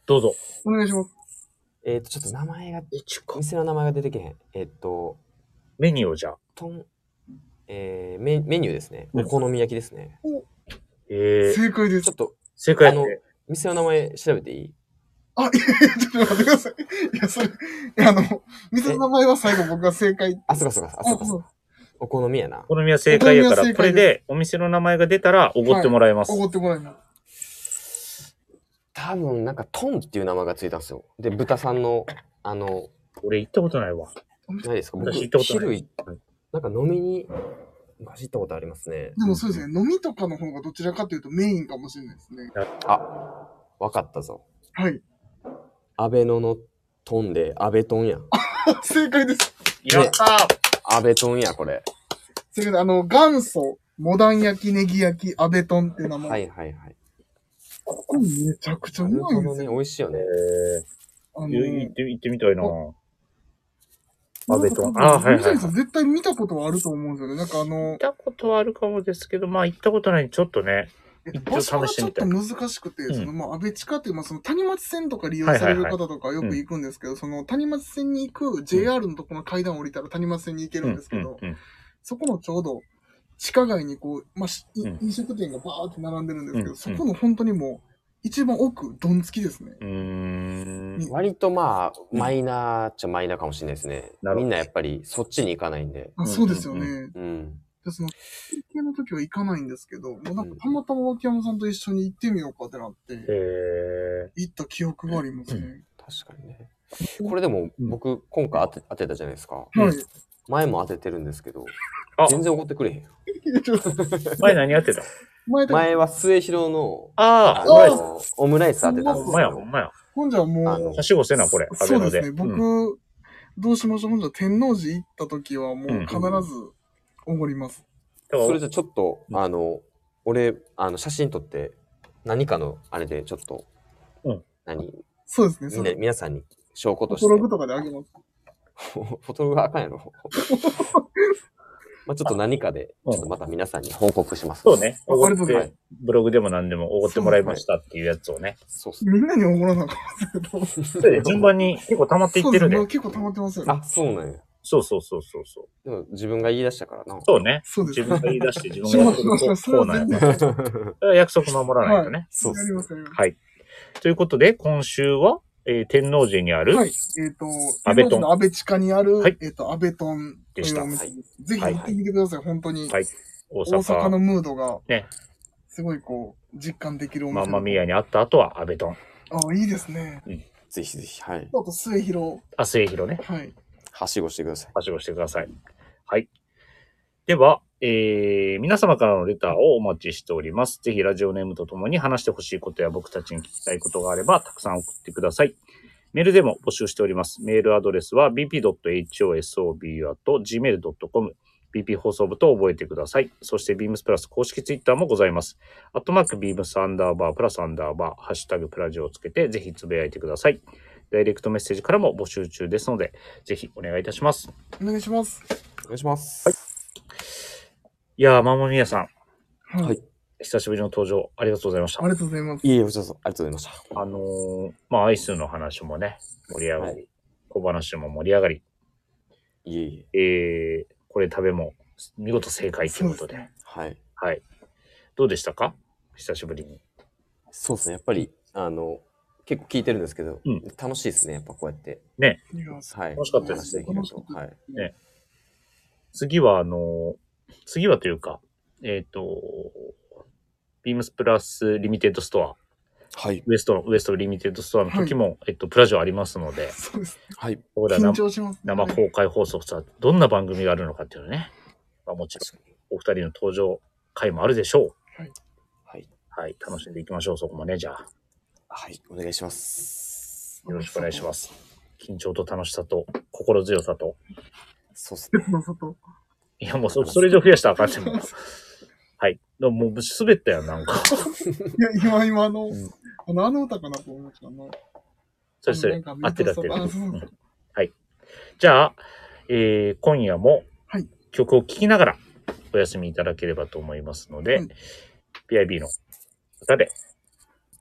A: どうぞ。
B: お願いします。
C: えっ、と、ちょっと名前が、
A: え、ちか。
C: 店の名前が出てけへん。えっ、と、
A: メニューをじゃあ。
C: とん、えーメ、メニューですね。
A: うん
C: お好み焼きですね。
A: えー、
B: 正解です
C: ちょっ。と、
A: 正解
C: あの
A: やって。、
C: 店の名前調べていい？
B: あ、いやいや、ちょっと待ってください。いや、それ、いや、あの、店の名前は最後僕が正解。
C: あ、そうかそうか、あ、そうかそうか。お好みやな
A: お。好みは正解やから、
B: お好みは正解です
A: これでお店の名前が出たらおごってもらいます。
B: おごってもらいます。
C: 多分、なんか、トンっていう名前がついたんですよ。で、豚さんの、あの、
A: 俺行ったことないわ。
C: ないですか？僕、
A: 私行ったことない。
C: 昼い、なんか飲みに、昔行ったことありますね。
B: でもそうですね、飲みとかの方がどちらかというとメインかもしれないですね。
C: あ、わかったぞ。
B: はい。
C: アベノのトンで、アベトンや。
B: 正解です。
A: やったー。
C: アベトンや、これ。
B: 正解で、あの、元祖、モダン焼き、ネギ焼き、アベトンっていう名前。
C: はいはいはい。
B: ここめちゃくちゃう
C: なるほどね、
B: まいんですよ。
C: 美味しいよね。
B: あの
A: えー、行って、行ってみたいな。
B: なんか
A: アベトン。
B: 多分
A: あー、はいはい
B: 水谷さん
A: はい。
B: 絶対見たことはあると思うんですよね。なんかあの
A: 行っ、たことはあるかもですけど、まあ行ったことない。ちょっとね。一応
B: 場所が
A: 試してみたい
B: ちょっと難しくて、
A: うん
B: その、まあ、安倍地下っていう、まあ、その、谷町線とか利用される方とかよく行くんですけど、その、谷町線に行く ジェイアール のところの階段を降りたら谷町線に行けるんですけど、
A: うんうん
B: そこのちょうど、地下街にこう、まあ、しい
A: うん
B: 飲食店がバーって並んでるんですけど、
A: うん
B: そこの本当にもう、一番奥、ドン付きですね。
A: うん。うーん。
C: 割とまあ、マイナーっちゃマイナーかもしれないですね。
A: なるほど
C: みんなやっぱりそっちに行かないんで。
B: あ、そうですよね。
A: うん
C: うん。
B: で、その、休憩の時は行かないんですけど、もうなんかたまたま脇山さんと一緒に行ってみようかってなって、
A: へ
B: 行った記憶がありますね。
C: 確かにね。これでも僕、今回当て当てたじゃないですか。
A: うん
B: はい。
C: 前も当ててるんですけど、
A: あ、
C: 全然怒ってくれへん。
B: ちょっと
A: 前何やってた
B: 前だ
C: 前は末広の、
A: ああ、
C: あ
A: オムライス。
C: のオムライス当てたんです
A: ほんまや、ほんまや。
B: ほんじゃもう
C: あの、
A: はしごせな、これ。アベノで。
B: そうですね。僕、どうしましょう。ほんじゃ天王寺行った時はもう必ずおごります。
A: だから
C: それじゃちょっと、
A: うん
C: あの、俺、あの、写真撮って、何かの、あれでちょっと、
A: うん
C: 何、
B: そうですね。
C: みんな、
B: それ、
C: 皆さんに証拠として、
B: フォトログとかであげます。
C: フォトログはあかんやろ。まあちょっと何かで、
A: うん
C: ちょっとまた皆さんに報告します。
A: そうね。
B: あ
A: おごっ
B: ありがとうございます
A: て、ブログでも何でもおごってもらいましたっていうやつをね。
C: そうっすね。
B: みんなにおごらなあかんですけど。
A: それで順番に結構溜まっていってる
B: そうですね。まあ
A: で。
B: 結構溜まってますよね。
C: あ、そうなんや。
A: そうそうそうそうそう。
C: でも自分が言い出したからな。
A: そうね。
B: そうです
A: 自分が言い出して自分
B: し
A: がやってるコ
B: ましましま。それ
A: コーナーや
B: は全然。
A: から。それは約束守らないとね。
C: そうっす
B: やります、やります。
A: はい。ということで、今週は、えー天王寺にある、
B: はい。えっ、と、
A: 安倍トン
B: 天王寺の安倍地下にある、
A: はい
B: えっ、と、安倍トンと
A: でした
B: いうお店です。ぜひ行ってみてください、本当に。
A: はい。大
B: 大阪
A: 阪、
B: のムードが、
A: ね、
B: すごいこう、実感できるお店。
A: マンマミヤにあった後はアベトン。
B: あ、いいですね。
C: ぜひぜひ、はい。
B: あと、末広。
A: あ、末広ね。
B: はい。
C: はしごしてください。
A: はしごしてください。はい。では、えー、皆様からのレターをお待ちしております。ぜひラジオネームとともに話してほしいことや僕たちに聞きたいことがあれば、たくさん送ってください。メールでも募集しております。メールアドレスは ビーピードットエイチオーエスオービー アットジーメールドットコム ビーピー 放送部と覚えてください。そして ビームスプラス公式ツイッターもございます。アットマーク ビームス アンダーバープラスアンダーバーハッシュタグプラジオをつけてぜひつぶやいてください。ダイレクトメッセージからも募集中ですので、ぜひお願いいたします。
B: お願いします。
C: お願いします。
A: いやー、ママミヤさん、
B: はい。
C: はい
A: 久しぶりの登場ありがとうございました
B: あ。りがとうございます。
C: いえいえ、こちらこそありがとうございました。
A: あのー、まあ、アイスの話もね、盛り上がり、
C: はい
A: 小話も盛り上がり、
C: いえいえ。
A: えー、これ食べも見事正解ということで、
B: そうですね
C: はい。
A: はい。どうでしたか久しぶりに。
C: そうですね。やっぱり、あの、結構聞いてるんですけど、
A: うん
C: 楽しいですね。やっぱこうやって。
A: ね、
B: いや
C: はい。
A: 楽しかったです
C: お話できると。はい。
A: ね次は、あのー、次はというか、えっ、と、ビームスプラスリミテッドストア、
C: はい。
A: ウエストの、ウエストリミテッドストアの時も、えっと、プラジオありますので、
B: そうです。
C: はい。
A: ここでは
B: 緊
A: 生
B: 張します。
A: 生公開放送さ、どんな番組があるのかっていうのね、まあ、もちろん、お二人の登場回もあるでしょう。
C: はい。
A: はい、楽しんでいきましょう、そこもね、じゃあ、
C: はい。お願いします。
A: よろしくお願いします。緊張と楽しさと、心強さと、
C: そうですね。
B: の外。
A: いや、もうそ、それ以上増やしたらあかんしもう。はい。でももう滑ったよ、なんか。
B: いや、今、今、あの、
A: ん
B: あの、あの歌かなと思いました。あの、
A: それそれ
B: なんか、
A: 合ってる合ってる。
B: あ、そうそう
A: うんはい。じゃあ、えー、今夜も
B: はい
A: 曲を聴きながらお休みいただければと思いますので、
B: はい
A: ピーアイビー の歌で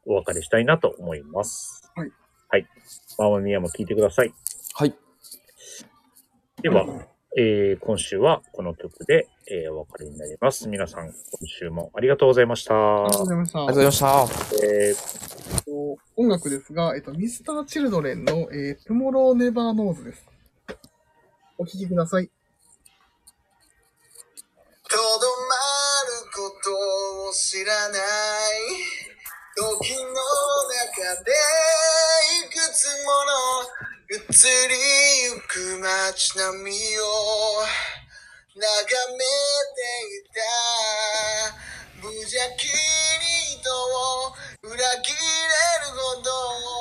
A: お別れしたいなと思います。
B: はい。
A: はい。ママミヤも聞いてください。
C: はい。
A: では、えー、今週はこの曲で、えー、お別れになります。皆さん、今週もありがとうございました。
B: ありがとうございました。
C: ありがとうございました。
A: えー、
B: 音楽ですが、えっと、ミスターチルドレンの、えー、Tomorrow Never Knows です。お聴きください。とどまることを知らない時の中でいくつもの移りゆく街並みを眺めていた無邪気に人を裏切れるほど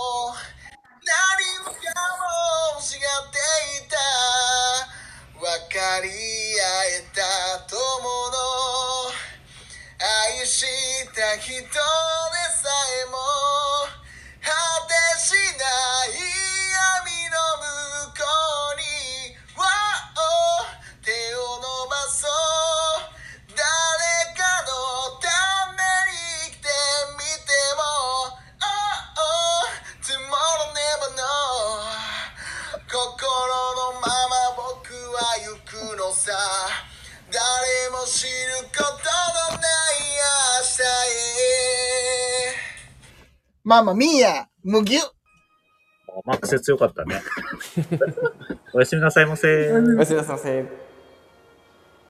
B: 何もかも違っていた分かり合えた友の愛した人でさえも果てしない闇の向こうに、ワオ手を伸ばそう誰かのために生きてみても Oh, oh, tomorrow never know 心のまま僕は行くのさ誰も知ることのない明日へママミーヤむぎゅ
A: マックス強かったね。おやすみなさいませ。
C: おやすみなさいませ。